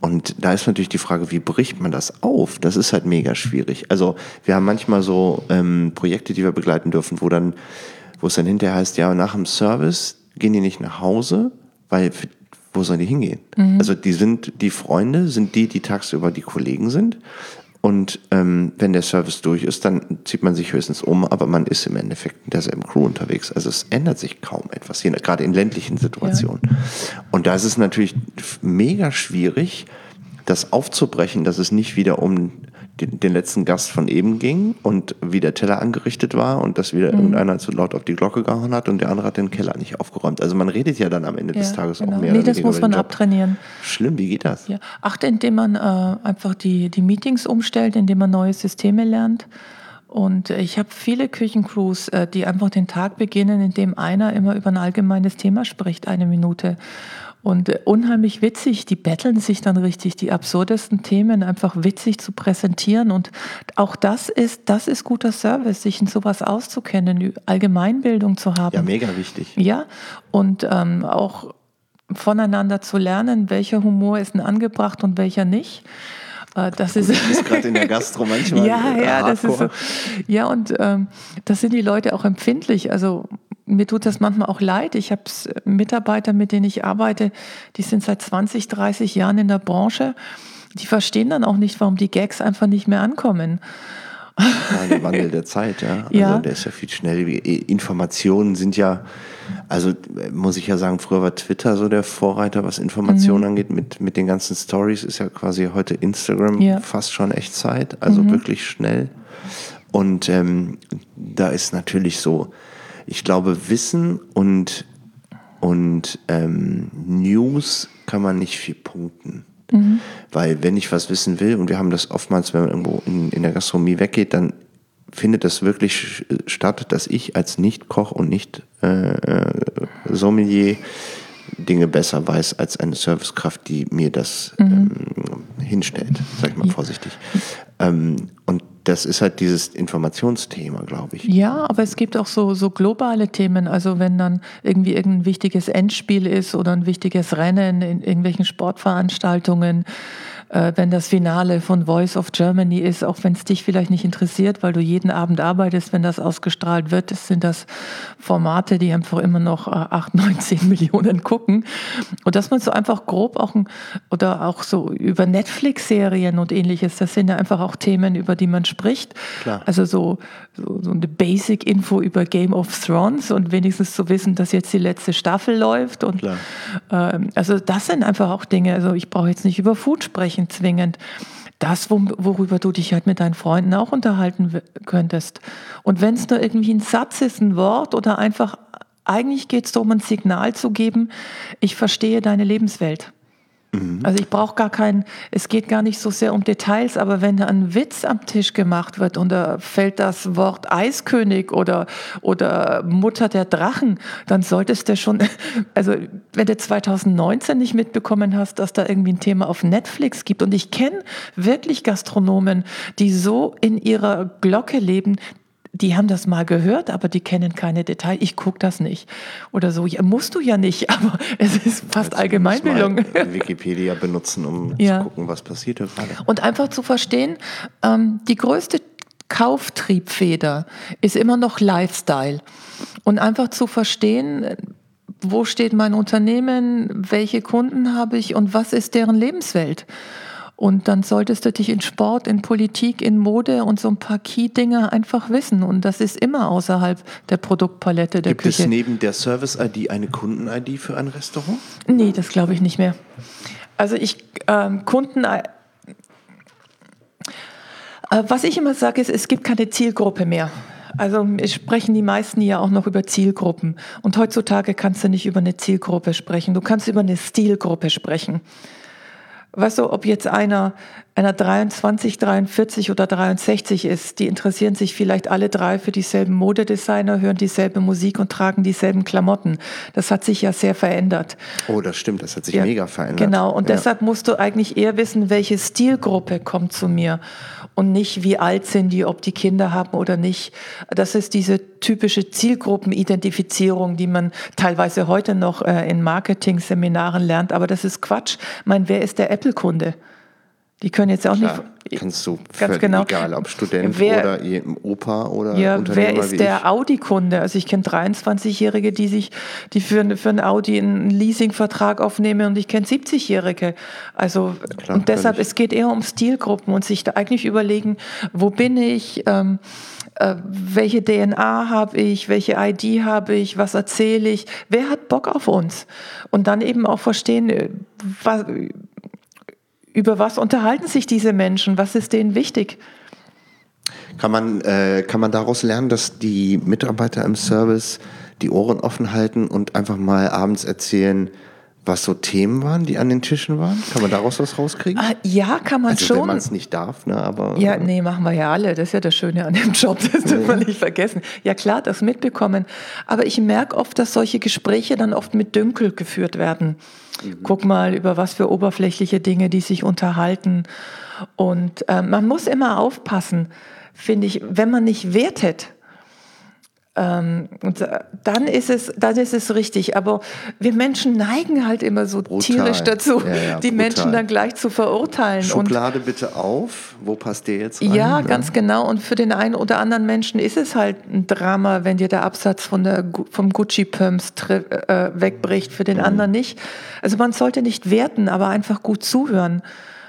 Und da ist natürlich die Frage, wie bricht man das auf? Das ist halt mega schwierig. Also wir haben manchmal so Projekte, die wir begleiten dürfen, wo es dann hinterher heißt, ja, nach dem Service gehen die nicht nach Hause, weil wo sollen die hingehen? Also die Freunde sind die tagsüber die Kollegen sind. Und wenn der Service durch ist, dann zieht man sich höchstens um, aber man ist im Endeffekt in derselben Crew unterwegs. Also es ändert sich kaum etwas, hier, gerade in ländlichen Situationen. Ja. Und da ist es natürlich mega schwierig, das aufzubrechen, dass es nicht wieder um den letzten Gast von eben ging und wie der Teller angerichtet war und dass wieder irgendeiner zu laut auf die Glocke gehauen hat und der andere hat den Keller nicht aufgeräumt. Also man redet ja dann am Ende des Tages auch mehr oder weniger. Das muss man abtrainieren. Schlimm, wie geht das? Ja. Indem man einfach die Meetings umstellt, indem man neue Systeme lernt. Und ich habe viele Küchencrews, die einfach den Tag beginnen, indem einer immer über ein allgemeines Thema spricht, 1 Minute. Und unheimlich witzig, die betteln sich dann richtig, die absurdesten Themen einfach witzig zu präsentieren. Und auch das ist guter Service, sich in sowas auszukennen, Allgemeinbildung zu haben. Ja, mega wichtig. Ja, und auch voneinander zu lernen, welcher Humor ist denn angebracht und welcher nicht. Das ist gerade in der Gastro manchmal. Ja, das ist so. Ja, und das sind die Leute auch empfindlich. Also mir tut das manchmal auch leid. Ich habe Mitarbeiter, mit denen ich arbeite, die sind seit 20, 30 Jahren in der Branche. Die verstehen dann auch nicht, warum die Gags einfach nicht mehr ankommen. Ja, der Wandel der Zeit, ja. Also der ist ja viel schnell. Informationen sind ja, also muss ich ja sagen, früher war Twitter so der Vorreiter, was Informationen angeht. Mit den ganzen Stories ist ja quasi heute Instagram fast schon Echtzeit, also wirklich schnell. Und da ist natürlich so, ich glaube, Wissen und News kann man nicht viel punkten. Weil wenn ich was wissen will, und wir haben das oftmals, wenn man irgendwo in der Gastronomie weggeht, dann findet das wirklich statt, dass ich als Nicht-Koch und Nicht-Sommelier Dinge besser weiß als eine Servicekraft, die mir das hinstellt, sag ich mal vorsichtig. Und das ist halt dieses Informationsthema, glaube ich. Ja, aber es gibt auch so globale Themen. Also wenn dann irgendwie irgendein wichtiges Endspiel ist oder ein wichtiges Rennen in irgendwelchen Sportveranstaltungen, wenn das Finale von Voice of Germany ist, auch wenn es dich vielleicht nicht interessiert, weil du jeden Abend arbeitest, wenn das ausgestrahlt wird, sind das Formate, die einfach immer noch 8, 9, 10 Millionen gucken. Und dass man so einfach grob oder auch so über Netflix-Serien und ähnliches, das sind ja einfach auch Themen, über die man spricht. Klar. Also so eine Basic-Info über Game of Thrones und wenigstens zu wissen, dass jetzt die letzte Staffel läuft. Und also das sind einfach auch Dinge, also ich brauche jetzt nicht über Food sprechen zwingend. Das, worüber du dich halt mit deinen Freunden auch unterhalten könntest. Und wenn es nur irgendwie ein Satz ist, ein Wort oder einfach, eigentlich geht es darum, ein Signal zu geben, ich verstehe deine Lebenswelt. Also ich brauche es geht gar nicht so sehr um Details, aber wenn da ein Witz am Tisch gemacht wird und da fällt das Wort Eiskönig oder Mutter der Drachen, dann solltest du schon, also wenn du 2019 nicht mitbekommen hast, dass da irgendwie ein Thema auf Netflix gibt, und ich kenne wirklich Gastronomen, die so in ihrer Glocke leben, die haben das mal gehört, aber die kennen keine Details. Ich gucke das nicht. Oder so. Ja, musst du ja nicht, aber es ist fast Allgemeinbildung. Wikipedia benutzen, um zu gucken, was passiert da gerade. Und einfach zu verstehen, die größte Kauftriebfeder ist immer noch Lifestyle. Und einfach zu verstehen, wo steht mein Unternehmen, welche Kunden habe ich und was ist deren Lebenswelt. Und dann solltest du dich in Sport, in Politik, in Mode und so ein paar Key-Dinge einfach wissen. Und das ist immer außerhalb der Produktpalette der Küche. Gibt es neben der Service-ID eine Kunden-ID für ein Restaurant? Nee, das glaube ich nicht mehr. Also was ich immer sage, ist, es gibt keine Zielgruppe mehr. Also sprechen die meisten ja auch noch über Zielgruppen. Und heutzutage kannst du nicht über eine Zielgruppe sprechen. Du kannst über eine Stilgruppe sprechen. Weißt du, ob jetzt einer einer 23, 43 oder 63 ist, die interessieren sich vielleicht alle drei für dieselben Modedesigner, hören dieselbe Musik und tragen dieselben Klamotten. Das hat sich ja sehr verändert. Oh, das stimmt, das hat sich mega verändert. Genau, und deshalb musst du eigentlich eher wissen, welche Stilgruppe kommt zu mir und nicht, wie alt sind die, ob die Kinder haben oder nicht. Das ist diese typische Zielgruppenidentifizierung, die man teilweise heute noch in Marketing-Seminaren lernt, aber das ist Quatsch. Ich meine, wer ist der Apple-Kunde? Die können jetzt auch Klar, nicht. kannst du ganz genau. Egal, ob Student oder Opa oder Unternehmer. Wer ist der Audi-Kunde? Also ich kenne 23-Jährige, die für einen Audi einen Leasingvertrag aufnehmen, und ich kenne 70-Jährige. Also klar, und deshalb, es geht eher um Stilgruppen und sich da eigentlich überlegen, wo bin ich, welche DNA habe ich, welche ID habe ich, was erzähle ich, wer hat Bock auf uns? Und dann eben auch verstehen, über was unterhalten sich diese Menschen? Was ist denen wichtig? Kann man daraus lernen, dass die Mitarbeiter im Service die Ohren offen halten und einfach mal abends erzählen, was so Themen waren, die an den Tischen waren? Kann man daraus was rauskriegen? Ja, kann man also, schon. Wenn man es nicht darf, ne? Aber ja, nee, machen wir ja alle. Das ist ja das Schöne an dem Job, das dürfen wir nicht vergessen. Ja klar, das mitbekommen. Aber ich merke oft, dass solche Gespräche dann oft mit Dünkel geführt werden. Guck mal, über was für oberflächliche Dinge die sich unterhalten. Und man muss immer aufpassen, finde ich, wenn man nicht wertet. Und dann ist es richtig. Aber wir Menschen neigen halt immer so tierisch dazu, die Menschen dann gleich zu verurteilen. Schublade bitte auf. Wo passt der jetzt rein? Ja, ganz genau. Und für den einen oder anderen Menschen ist es halt ein Drama, wenn dir der Absatz vom Gucci-Pumps wegbricht. Für den anderen nicht. Also man sollte nicht werten, aber einfach gut zuhören.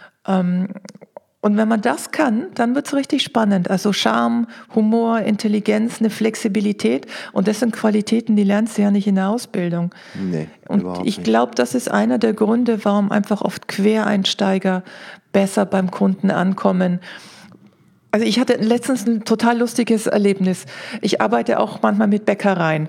Und wenn man das kann, dann wird es richtig spannend. Also Charme, Humor, Intelligenz, eine Flexibilität. Und das sind Qualitäten, die lernst du ja nicht in der Ausbildung. Nee, und ich glaube, das ist einer der Gründe, warum einfach oft Quereinsteiger besser beim Kunden ankommen. Also ich hatte letztens ein total lustiges Erlebnis. Ich arbeite auch manchmal mit Bäckereien.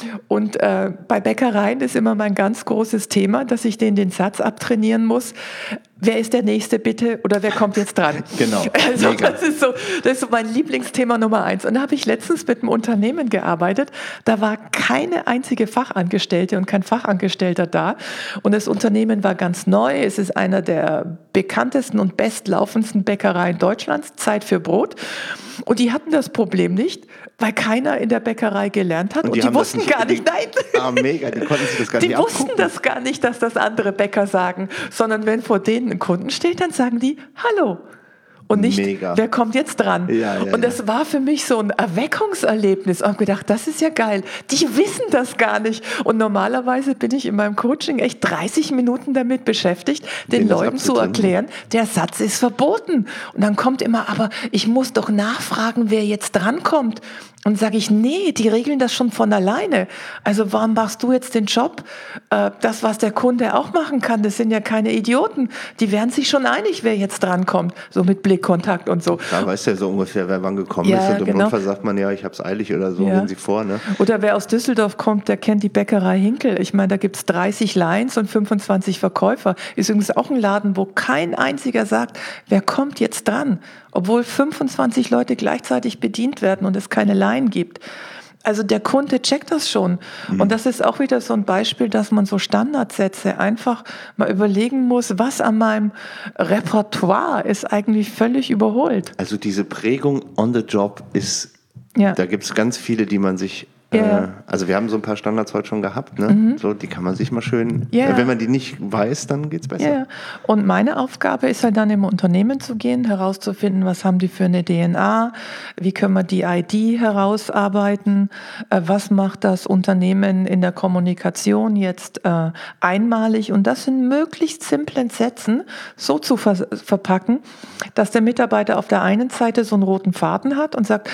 Und bei Bäckereien ist immer mein ganz großes Thema, dass ich denen den Satz abtrainieren muss: Wer ist der Nächste bitte, oder wer kommt jetzt dran? Genau. Also das ist so mein Lieblingsthema Nummer 1. Und da habe ich letztens mit einem Unternehmen gearbeitet, da war keine einzige Fachangestellte und kein Fachangestellter da. Und das Unternehmen war ganz neu. Es ist einer der bekanntesten und bestlaufendsten Bäckereien Deutschlands, Zeit für Brot. Und die hatten das Problem nicht, weil keiner in der Bäckerei gelernt hat. Und die wussten gar nicht, nein. Ah, mega, die konnten sich das gar nicht abgucken. Die wussten das gar nicht, dass das andere Bäcker sagen, sondern wenn vor denen ein Kunden steht, dann sagen die Hallo. Und nicht, mega. Wer kommt jetzt dran? Und das war für mich so ein Erweckungserlebnis. Ich habe gedacht, das ist ja geil. Die wissen das gar nicht. Und normalerweise bin ich in meinem Coaching echt 30 Minuten damit beschäftigt, den Leuten zu erklären, der Satz ist verboten. Und dann kommt immer, aber ich muss doch nachfragen, wer jetzt drankommt. Und sage ich, nee, die regeln das schon von alleine. Also warum machst du jetzt den Job? Das, was der Kunde auch machen kann, das sind ja keine Idioten. Die werden sich schon einig, wer jetzt drankommt. So mit Blickkontakt und so. Da weißt du ja so ungefähr, wer wann gekommen ist. Und im Notfall sagt man, ja, ich hab's eilig oder so, gehen Sie vor. Ne? Oder wer aus Düsseldorf kommt, der kennt die Bäckerei Hinkel. Ich meine, da gibt's 30 Lines und 25 Verkäufer. Ist übrigens auch ein Laden, wo kein einziger sagt, wer kommt jetzt dran? Obwohl 25 Leute gleichzeitig bedient werden und es keine Line gibt. Also der Kunde checkt das schon. Und das ist auch wieder so ein Beispiel, dass man so Standardsätze einfach mal überlegen muss, was an meinem Repertoire ist eigentlich völlig überholt. Also diese Prägung on the job ist, da gibt es ganz viele, die man sich... Also wir haben so ein paar Standards heute schon gehabt, ne? So, die kann man sich mal schön, wenn man die nicht weiß, dann geht's besser. Ja. Und meine Aufgabe ist halt dann im Unternehmen zu gehen, herauszufinden, was haben die für eine DNA, wie können wir die ID herausarbeiten, was macht das Unternehmen in der Kommunikation jetzt einmalig, und das in möglichst simplen Sätzen so zu verpacken, dass der Mitarbeiter auf der einen Seite so einen roten Faden hat und sagt,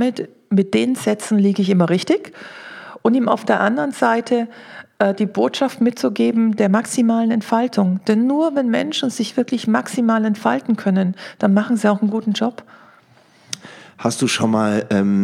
mit den Sätzen liege ich immer richtig, und ihm auf der anderen Seite die Botschaft mitzugeben der maximalen Entfaltung. Denn nur wenn Menschen sich wirklich maximal entfalten können, dann machen sie auch einen guten Job. Hast du schon mal,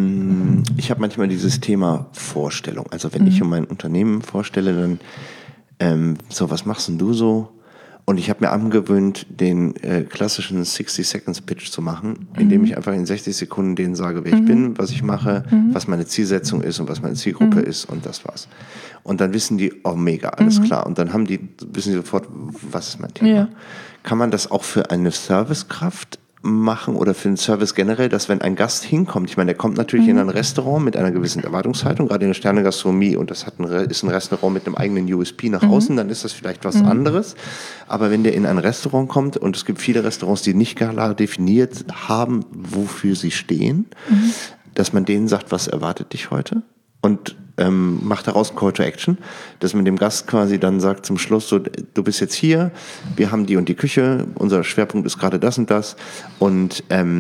ich habe manchmal dieses Thema Vorstellung, also wenn ich mein Unternehmen vorstelle, dann so, was machst denn du so? Und ich habe mir angewöhnt, den klassischen 60-Seconds-Pitch zu machen, indem ich einfach in 60 Sekunden denen sage, wer ich bin, was ich mache, was meine Zielsetzung ist und was meine Zielgruppe ist und das war's. Und dann wissen die, oh mega, alles klar. Und dann wissen die sofort, was ist mein Thema. Ja. Kann man das auch für eine Servicekraft machen oder für den Service generell, dass wenn ein Gast hinkommt, ich meine, der kommt natürlich in ein Restaurant mit einer gewissen Erwartungshaltung, gerade in der Sternegastronomie, und das ist ein Restaurant mit einem eigenen USP nach außen, dann ist das vielleicht was anderes. Aber wenn der in ein Restaurant kommt, und es gibt viele Restaurants, die nicht klar definiert haben, wofür sie stehen, dass man denen sagt, was erwartet dich heute? Und macht daraus ein Call to Action, dass man dem Gast quasi dann sagt zum Schluss, so, du bist jetzt hier, wir haben die und die Küche, unser Schwerpunkt ist gerade das und das, und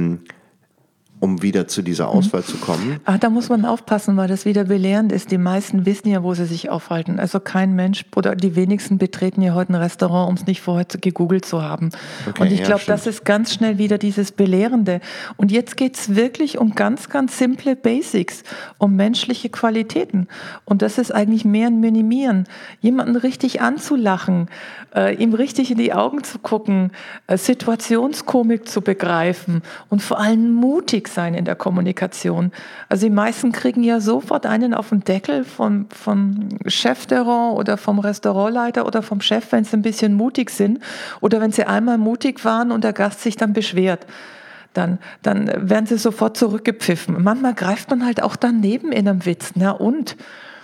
um wieder zu dieser Auswahl zu kommen. Da muss man aufpassen, weil das wieder belehrend ist. Die meisten wissen ja, wo sie sich aufhalten. Also kein Mensch oder die wenigsten betreten ja heute ein Restaurant, um es nicht vorher gegoogelt zu haben. Okay, und ich glaube, das ist ganz schnell wieder dieses Belehrende. Und jetzt geht es wirklich um ganz, ganz simple Basics, um menschliche Qualitäten. Und das ist eigentlich mehr ein Minimieren. Jemanden richtig anzulachen, ihm richtig in die Augen zu gucken, Situationskomik zu begreifen und vor allem mutig sein in der Kommunikation. Also die meisten kriegen ja sofort einen auf den Deckel vom Chefterrand oder vom Restaurantleiter oder vom Chef, wenn sie ein bisschen mutig sind oder wenn sie einmal mutig waren und der Gast sich dann beschwert. Dann werden sie sofort zurückgepfiffen. Manchmal greift man halt auch daneben in einem Witz. Na und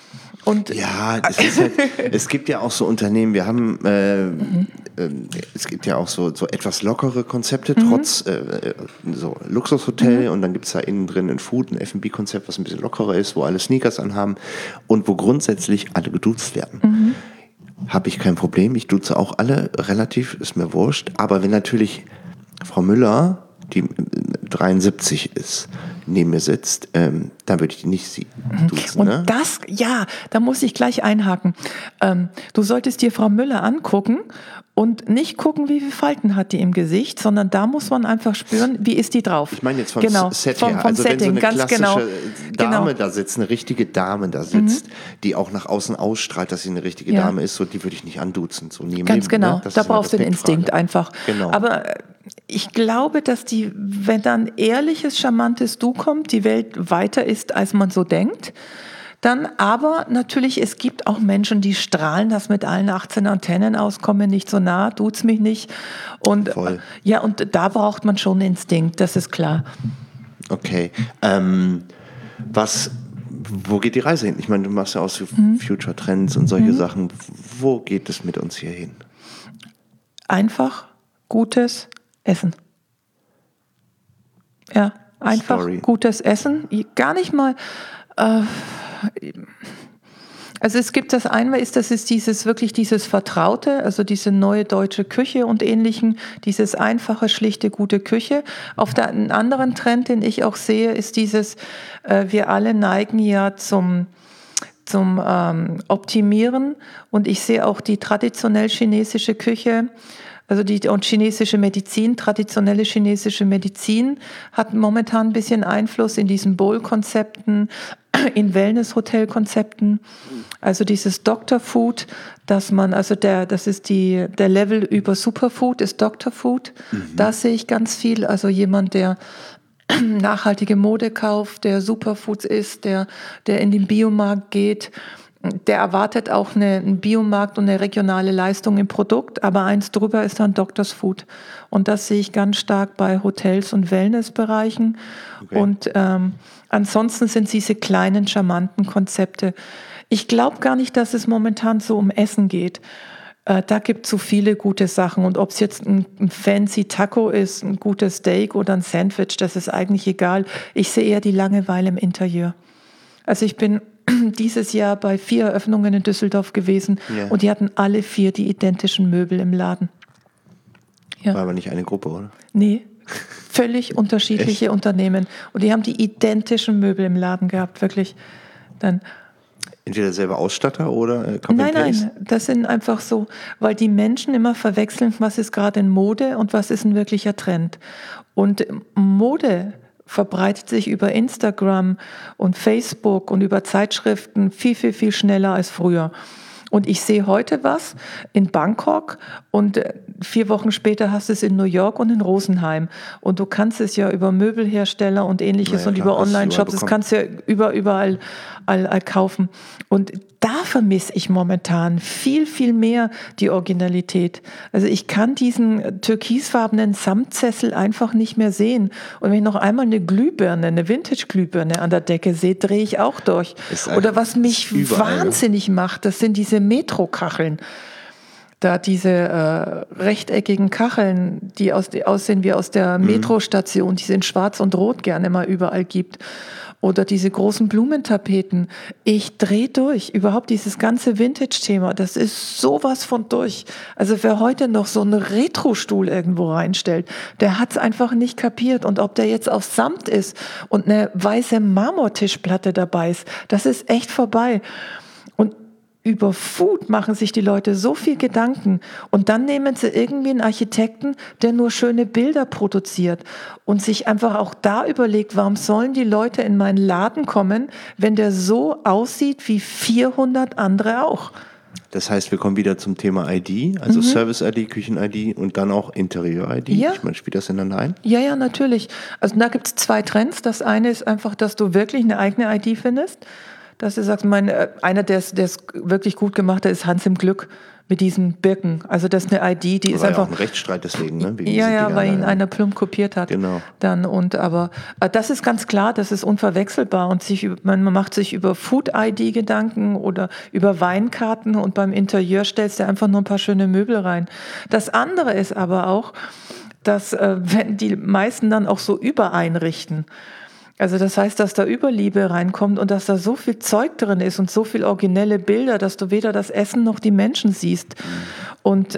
ja, es gibt ja auch so Unternehmen, wir haben, es gibt ja auch so etwas lockere Konzepte, trotz so Luxushotel, und dann gibt es da innen drin ein Food, ein F&B-Konzept, was ein bisschen lockerer ist, wo alle Sneakers anhaben und wo grundsätzlich alle geduzt werden. Habe ich kein Problem, ich duze auch alle relativ, ist mir wurscht, aber wenn natürlich Frau Müller, die 73 ist, neben mir sitzt, dann würde ich die nicht duzen. Und das, da muss ich gleich einhaken. Du solltest dir Frau Müller angucken und nicht gucken, wie viele Falten hat die im Gesicht, sondern da muss man einfach spüren, wie ist die drauf. Ich meine jetzt vom Set her. Also Setting, wenn so eine klassische Dame da sitzt, eine richtige Dame da sitzt, die auch nach außen ausstrahlt, dass sie eine richtige Dame ist, so die würde ich nicht anduzen. So ganz genau, ne? Da brauchst du den Instinkt einfach. Genau. Aber ich glaube, dass wenn da ein ehrliches, charmantes Du kommt, die Welt weiter ist, als man so denkt. Dann aber natürlich, es gibt auch Menschen, die strahlen das mit allen 18 Antennen aus, komme nicht so nah, tut's mich nicht. Und voll. Ja, und da braucht man schon Instinkt, das ist klar. Okay. Wo geht die Reise hin? Ich meine, du machst ja auch so Future Trends und solche Sachen. Wo geht es mit uns hier hin? Einfach gutes Essen. Ja, einfach gutes Essen. Gar nicht mal. Also es gibt das einmal das ist dieses Vertraute, also diese neue deutsche Küche und Ähnlichen, dieses einfache, schlichte, gute Küche. Auf der einen anderen Trend, den ich auch sehe, ist wir alle neigen ja zum Optimieren, und ich sehe auch die traditionell chinesische Küche, und chinesische Medizin, traditionelle chinesische Medizin hat momentan ein bisschen Einfluss in diesen Bowl-Konzepten, in Wellness-Hotel-Konzepten. Also dieses Dr. Food, das ist der Level über Superfood, ist Dr. Food. Da sehe ich ganz viel. Also jemand, der nachhaltige Mode kauft, der Superfoods isst, der in den Biomarkt geht, der erwartet auch einen Biomarkt und eine regionale Leistung im Produkt, aber eins drüber ist dann Doctor's Food. Und das sehe ich ganz stark bei Hotels und Wellnessbereichen. Okay. Und ansonsten sind diese kleinen, charmanten Konzepte. Ich glaube gar nicht, dass es momentan so um Essen geht. Da gibt es so viele gute Sachen. Und ob es jetzt ein fancy Taco ist, ein gutes Steak oder ein Sandwich, das ist eigentlich egal. Ich sehe eher die Langeweile im Interieur. Also ich bin dieses Jahr bei 4 Eröffnungen in Düsseldorf gewesen, und die hatten alle 4 die identischen Möbel im Laden. Ja. War aber nicht eine Gruppe, oder? Nee, völlig unterschiedliche Unternehmen. Und die haben die identischen Möbel im Laden gehabt, wirklich. Dann entweder selber Ausstatter oder Nein, das sind einfach so, weil die Menschen immer verwechseln, was ist gerade in Mode und was ist ein wirklicher Trend. Und Mode verbreitet sich über Instagram und Facebook und über Zeitschriften viel, viel, viel schneller als früher. Und ich sehe heute was in Bangkok und 4 Wochen später hast du es in New York und in Rosenheim. Und du kannst es ja über Möbelhersteller und Ähnliches und über Online-Shops, das kannst du ja überall kaufen. Und da vermisse ich momentan viel, viel mehr die Originalität. Also ich kann diesen türkisfarbenen Samtsessel einfach nicht mehr sehen. Und wenn ich noch einmal eine Glühbirne, eine Vintage-Glühbirne an der Decke sehe, drehe ich auch durch. Oder was mich wahnsinnig macht, das sind diese Metro-Kacheln. Da diese rechteckigen Kacheln, die aussehen wie aus der Metrostation, die es in Schwarz und Rot gerne mal überall gibt. Oder diese großen Blumentapeten. Ich drehe durch. Überhaupt dieses ganze Vintage-Thema, das ist sowas von durch. Also wer heute noch so einen Retro-Stuhl irgendwo reinstellt, der hat es einfach nicht kapiert. Und ob der jetzt auf Samt ist und eine weiße Marmortischplatte dabei ist, das ist echt vorbei. Und über Food machen sich die Leute so viel Gedanken und dann nehmen sie irgendwie einen Architekten, der nur schöne Bilder produziert und sich einfach auch da überlegt, warum sollen die Leute in meinen Laden kommen, wenn der so aussieht wie 400 andere auch. Das heißt, wir kommen wieder zum Thema ID, also Service-ID, Küchen-ID und dann auch Interieur-ID. Ja. Ich meine, spielt das ineinander ein? Ja, natürlich. Also da gibt es 2 Trends. Das eine ist einfach, dass du wirklich eine eigene ID findest. Dass du sagst, einer, der es wirklich gut gemacht hat, ist Hans im Glück mit diesen Birken. Also das ist eine ID, die ist einfach... Ja, auch ein Rechtsstreit deswegen, ne? Weil ihn einer plump kopiert hat. Genau. Aber das ist ganz klar, das ist unverwechselbar und man macht sich über Food-ID Gedanken oder über Weinkarten und beim Interieur stellst du einfach nur ein paar schöne Möbel rein. Das andere ist aber auch, dass wenn die meisten dann auch so übereinrichten, also das heißt, dass da Überliebe reinkommt und dass da so viel Zeug drin ist und so viel originelle Bilder, dass du weder das Essen noch die Menschen siehst. Und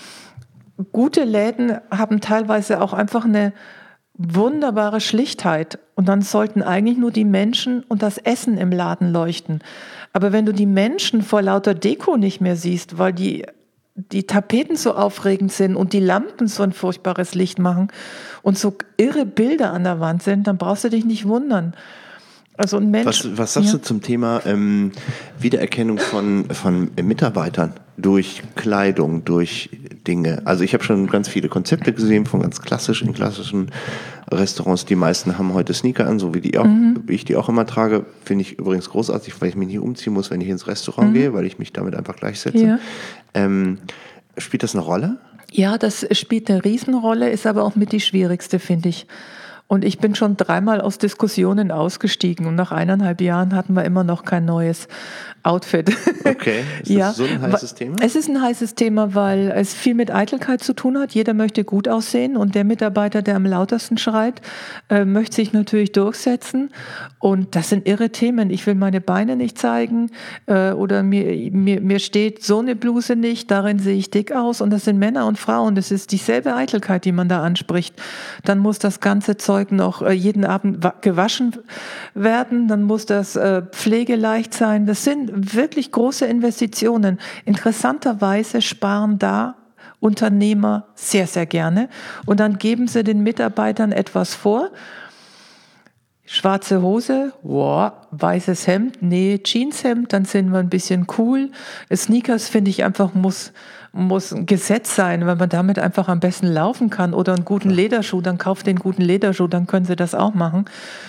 gute Läden haben teilweise auch einfach eine wunderbare Schlichtheit. Und dann sollten eigentlich nur die Menschen und das Essen im Laden leuchten. Aber wenn du die Menschen vor lauter Deko nicht mehr siehst, weil die Tapeten so aufregend sind und die Lampen so ein furchtbares Licht machen und so irre Bilder an der Wand sind, dann brauchst du dich nicht wundern. Also ein Mensch. Was sagst du zum Thema Wiedererkennung von Mitarbeitern durch Kleidung, durch Dinge? Also ich habe schon ganz viele Konzepte gesehen von in klassischen Restaurants. Die meisten haben heute Sneaker an, so wie ich die auch immer trage. Finde ich übrigens großartig, weil ich mich nicht umziehen muss, wenn ich ins Restaurant gehe, weil ich mich damit einfach gleichsetze. Ja. Spielt das eine Rolle? Ja, das spielt eine Riesenrolle, ist aber auch mit die schwierigste, finde ich. Und ich bin schon 3-mal aus Diskussionen ausgestiegen und nach 1,5 Jahren hatten wir immer noch kein neues Outfit. Okay, ist das so ein heißes Thema? Es ist ein heißes Thema, weil es viel mit Eitelkeit zu tun hat. Jeder möchte gut aussehen und der Mitarbeiter, der am lautesten schreit, möchte sich natürlich durchsetzen. Und das sind irre Themen. Ich will meine Beine nicht zeigen oder mir steht so eine Bluse nicht, darin sehe ich dick aus. Und das sind Männer und Frauen. Das ist dieselbe Eitelkeit, die man da anspricht. Dann muss das ganze Zeug noch jeden Abend gewaschen werden, dann muss das pflegeleicht sein. Das sind wirklich große Investitionen. Interessanterweise sparen da Unternehmer sehr, sehr gerne und dann geben sie den Mitarbeitern etwas vor. Schwarze Hose, weißes Hemd, Jeanshemd, dann sind wir ein bisschen cool. Sneakers finde ich einfach muss ein Gesetz sein, weil man damit einfach am besten laufen kann oder einen guten Lederschuh, dann kauft den guten Lederschuh, dann können sie das auch machen.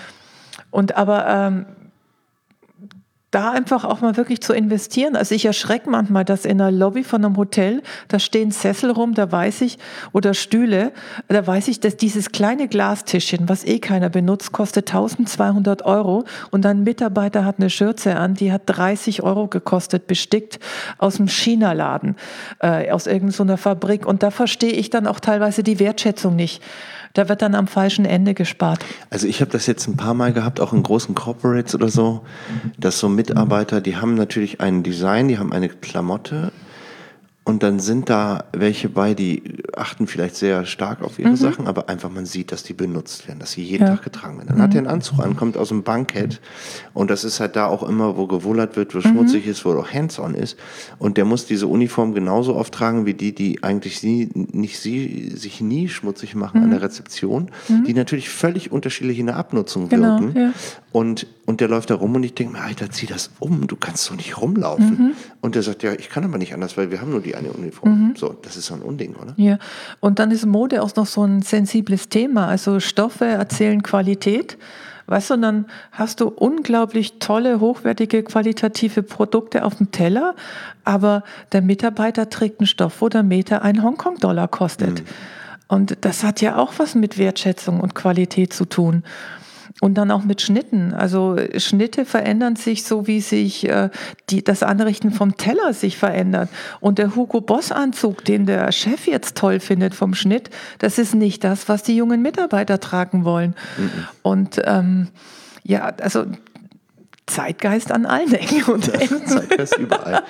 Aber da einfach auch mal wirklich zu investieren. Also ich erschrecke manchmal, dass in der Lobby von einem Hotel, da stehen Sessel rum, da weiß ich, oder Stühle, da weiß ich, dass dieses kleine Glastischchen, was keiner benutzt, kostet 1.200 € und ein Mitarbeiter hat eine Schürze an, die hat 30 € gekostet, bestickt aus dem China-Laden, aus irgendeiner Fabrik. Und da verstehe ich dann auch teilweise die Wertschätzung nicht. Da wird dann am falschen Ende gespart. Also ich habe das jetzt ein paar Mal gehabt, auch in großen Corporates oder so, dass so Mitarbeiter, die haben natürlich ein Design, die haben eine Klamotte Und dann sind da welche bei, die achten vielleicht sehr stark auf ihre Sachen, aber einfach man sieht, dass die benutzt werden, dass sie jeden Tag getragen werden. Dann hat er einen Anzug an, kommt aus dem Bankett und das ist halt da auch immer, wo gewullert wird, wo schmutzig ist, wo auch hands-on ist. Und der muss diese Uniform genauso oft tragen wie die eigentlich sich nie schmutzig machen an der Rezeption, die natürlich völlig unterschiedlich in der Abnutzung wirken. Ja. Und der läuft da rum und ich denke mir, Alter, zieh das um, du kannst so nicht rumlaufen. Und der sagt, ja, ich kann aber nicht anders, weil wir haben nur die eine Uniform. So, das ist so ein Unding, oder? Ja, und dann ist Mode auch noch so ein sensibles Thema. Also Stoffe erzählen Qualität. Weißt du, und dann hast du unglaublich tolle, hochwertige, qualitative Produkte auf dem Teller, aber der Mitarbeiter trägt einen Stoff, wo der Meter einen Hongkong-Dollar kostet. Und das hat ja auch was mit Wertschätzung und Qualität zu tun. Und dann auch mit Schnitten. Also Schnitte verändern sich so, wie sich das Anrichten vom Teller sich verändert. Und der Hugo Boss Anzug, den der Chef jetzt toll findet vom Schnitt, das ist nicht das, was die jungen Mitarbeiter tragen wollen. Und ja, also Zeitgeist an allen Ecken und Enden. Zeitgeist überall.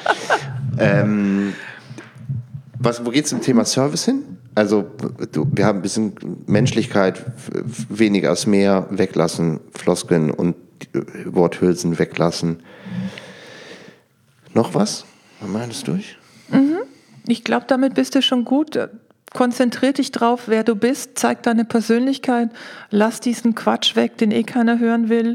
Wo geht es im Thema Service hin? Also wir haben ein bisschen Menschlichkeit, weniger ist mehr, weglassen, Floskeln und Worthülsen weglassen. Noch was? Haben wir alles durch? Ich glaube, damit bist du schon gut. Konzentrier dich drauf, wer du bist, zeig deine Persönlichkeit, lass diesen Quatsch weg, den eh keiner hören will.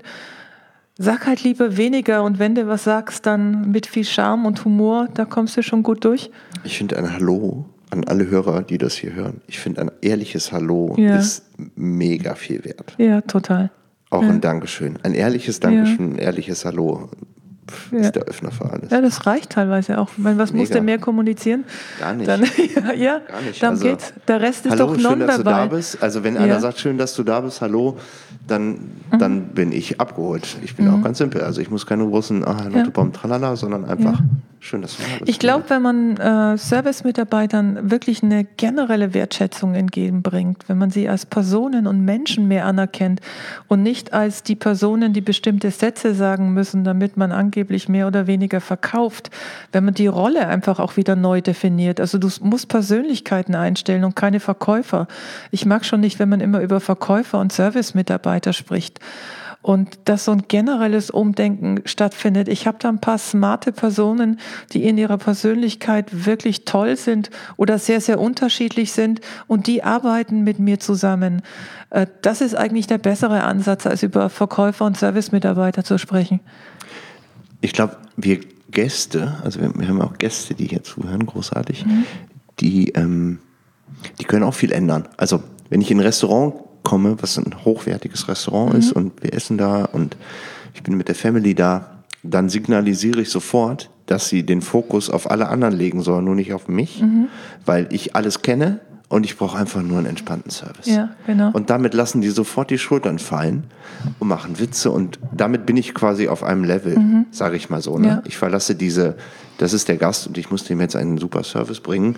Sag halt lieber weniger und wenn du was sagst, dann mit viel Charme und Humor, da kommst du schon gut durch. Ich finde ein Hallo an alle Hörer, die das hier hören. Ich finde ein ehrliches Hallo ist mega viel wert. Ja, total. Auch ein Dankeschön. Ein ehrliches Dankeschön, ein ehrliches Hallo ist der Öffner für alles. Ja, das reicht teilweise auch. Wenn was muss der mehr kommunizieren? Gar nicht. Dann, Gar nicht. Dann geht's. Der Rest ist hallo, doch schön, nonverbal. dass du da bist. Also wenn einer sagt, schön, dass du da bist, hallo, dann bin ich abgeholt. Ich bin auch ganz simpel. Also ich muss keine großen Notebaum tralala, sondern einfach schön, dass du da bist. Ich glaube, wenn man Service-Mitarbeitern wirklich eine generelle Wertschätzung entgegenbringt, wenn man sie als Personen und Menschen mehr anerkennt und nicht als die Personen, die bestimmte Sätze sagen müssen, damit man angeblich mehr oder weniger verkauft, wenn man die Rolle einfach auch wieder neu definiert. Also du musst Persönlichkeiten einstellen und keine Verkäufer. Ich mag schon nicht, wenn man immer über Verkäufer und Service-Mitarbeiter spricht. Und dass so ein generelles Umdenken stattfindet. Ich habe da ein paar smarte Personen, die in ihrer Persönlichkeit wirklich toll sind oder sehr, sehr unterschiedlich sind und die arbeiten mit mir zusammen. Das ist eigentlich der bessere Ansatz, als über Verkäufer und Service-Mitarbeiter zu sprechen. Ich glaube, wir Gäste, also wir haben auch Gäste, die hier zuhören, großartig, die können auch viel ändern. Also wenn ich in ein Restaurant komme, was ein hochwertiges Restaurant ist und wir essen da und ich bin mit der Family da, dann signalisiere ich sofort, dass sie den Fokus auf alle anderen legen sollen, nur nicht auf mich, weil ich alles kenne und ich brauche einfach nur einen entspannten Service. Ja, genau. Und damit lassen die sofort die Schultern fallen und machen Witze und damit bin ich quasi auf einem Level, sage ich mal so. Ne? Ja. Ich verlasse das ist der Gast und ich muss dem jetzt einen super Service bringen.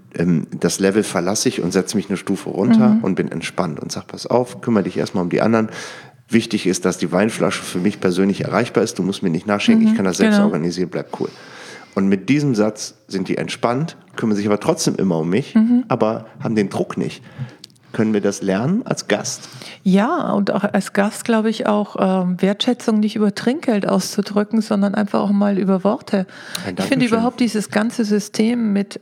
Das Level verlasse ich und setze mich eine Stufe runter und bin entspannt und sage, pass auf, kümmere dich erstmal um die anderen. Wichtig ist, dass die Weinflasche für mich persönlich erreichbar ist. Du musst mir nicht nachschenken, ich kann das selbst organisieren, bleib cool. Und mit diesem Satz sind die entspannt, kümmern sich aber trotzdem immer um mich, aber haben den Druck nicht. Können wir das lernen als Gast? Ja, und auch als Gast glaube ich auch, Wertschätzung nicht über Trinkgeld auszudrücken, sondern einfach auch mal über Worte. Ich finde überhaupt dieses ganze System mit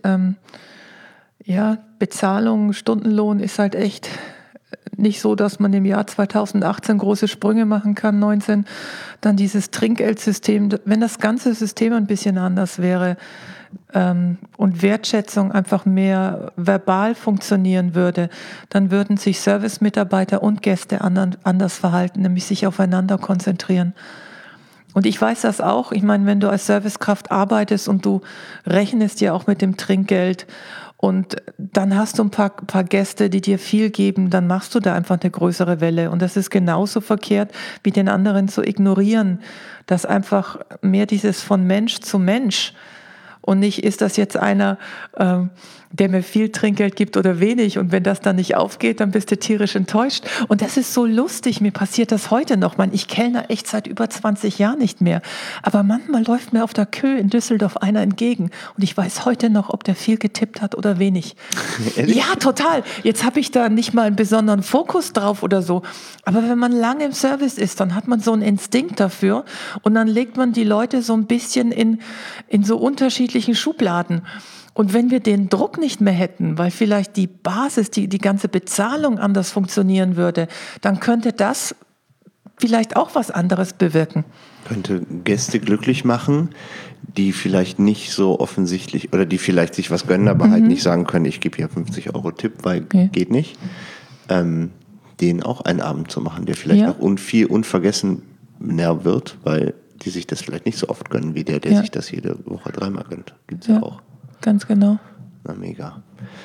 Bezahlung, Stundenlohn ist halt echt nicht so, dass man im Jahr 2018 große Sprünge machen kann, 19. Dann dieses Trinkgeldsystem, wenn das ganze System ein bisschen anders wäre und Wertschätzung einfach mehr verbal funktionieren würde, dann würden sich Service-Mitarbeiter und Gäste anders verhalten, nämlich sich aufeinander konzentrieren. Und ich weiß das auch, ich meine, wenn du als Servicekraft arbeitest und du rechnest ja auch mit dem Trinkgeld und dann hast du ein paar Gäste, die dir viel geben, dann machst du da einfach eine größere Welle. Und das ist genauso verkehrt, wie den anderen zu ignorieren, dass einfach mehr dieses von Mensch zu Mensch und nicht, ist das jetzt einer, der mir viel Trinkgeld gibt oder wenig, und wenn das dann nicht aufgeht, dann bist du tierisch enttäuscht. Und das ist so lustig, mir passiert das heute noch. Ich kellner echt seit über 20 Jahren nicht mehr, aber manchmal läuft mir auf der Kö in Düsseldorf einer entgegen und ich weiß heute noch, ob der viel getippt hat oder wenig. Ehrlich? Ja, total. Jetzt habe ich da nicht mal einen besonderen Fokus drauf oder so, aber wenn man lange im Service ist, dann hat man so einen Instinkt dafür und dann legt man die Leute so ein bisschen in so unterschiedlichen Schubladen. Und wenn wir den Druck nicht mehr hätten, weil vielleicht die Basis, die ganze Bezahlung anders funktionieren würde, dann könnte das vielleicht auch was anderes bewirken. Könnte Gäste glücklich machen, die vielleicht nicht so offensichtlich oder die vielleicht sich was gönnen, aber halt nicht sagen können, ich gebe hier 50 € Tipp, weil geht nicht. Denen auch einen Abend zu machen, der vielleicht noch viel unvergessener wird, weil die sich das vielleicht nicht so oft gönnen, wie der sich das jede Woche 3-mal gönnt. Gibt's ja auch. Ganz genau. Na, mega.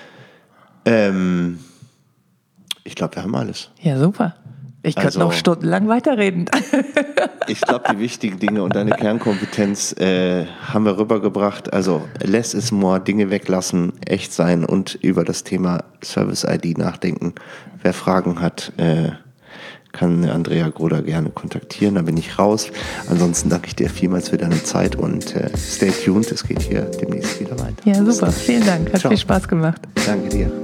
Ich glaube, wir haben alles. Ja, super. Ich könnte noch stundenlang weiterreden. Ich glaube, die wichtigen Dinge und deine Kernkompetenz haben wir rübergebracht. Also less is more, Dinge weglassen, echt sein und über das Thema Service-ID nachdenken. Wer Fragen hat, kann Andrea Groder gerne kontaktieren, dann bin ich raus. Ansonsten danke ich dir vielmals für deine Zeit und stay tuned, es geht hier demnächst wieder weiter. Ja, super, vielen Dank, hat viel Spaß gemacht. Danke dir.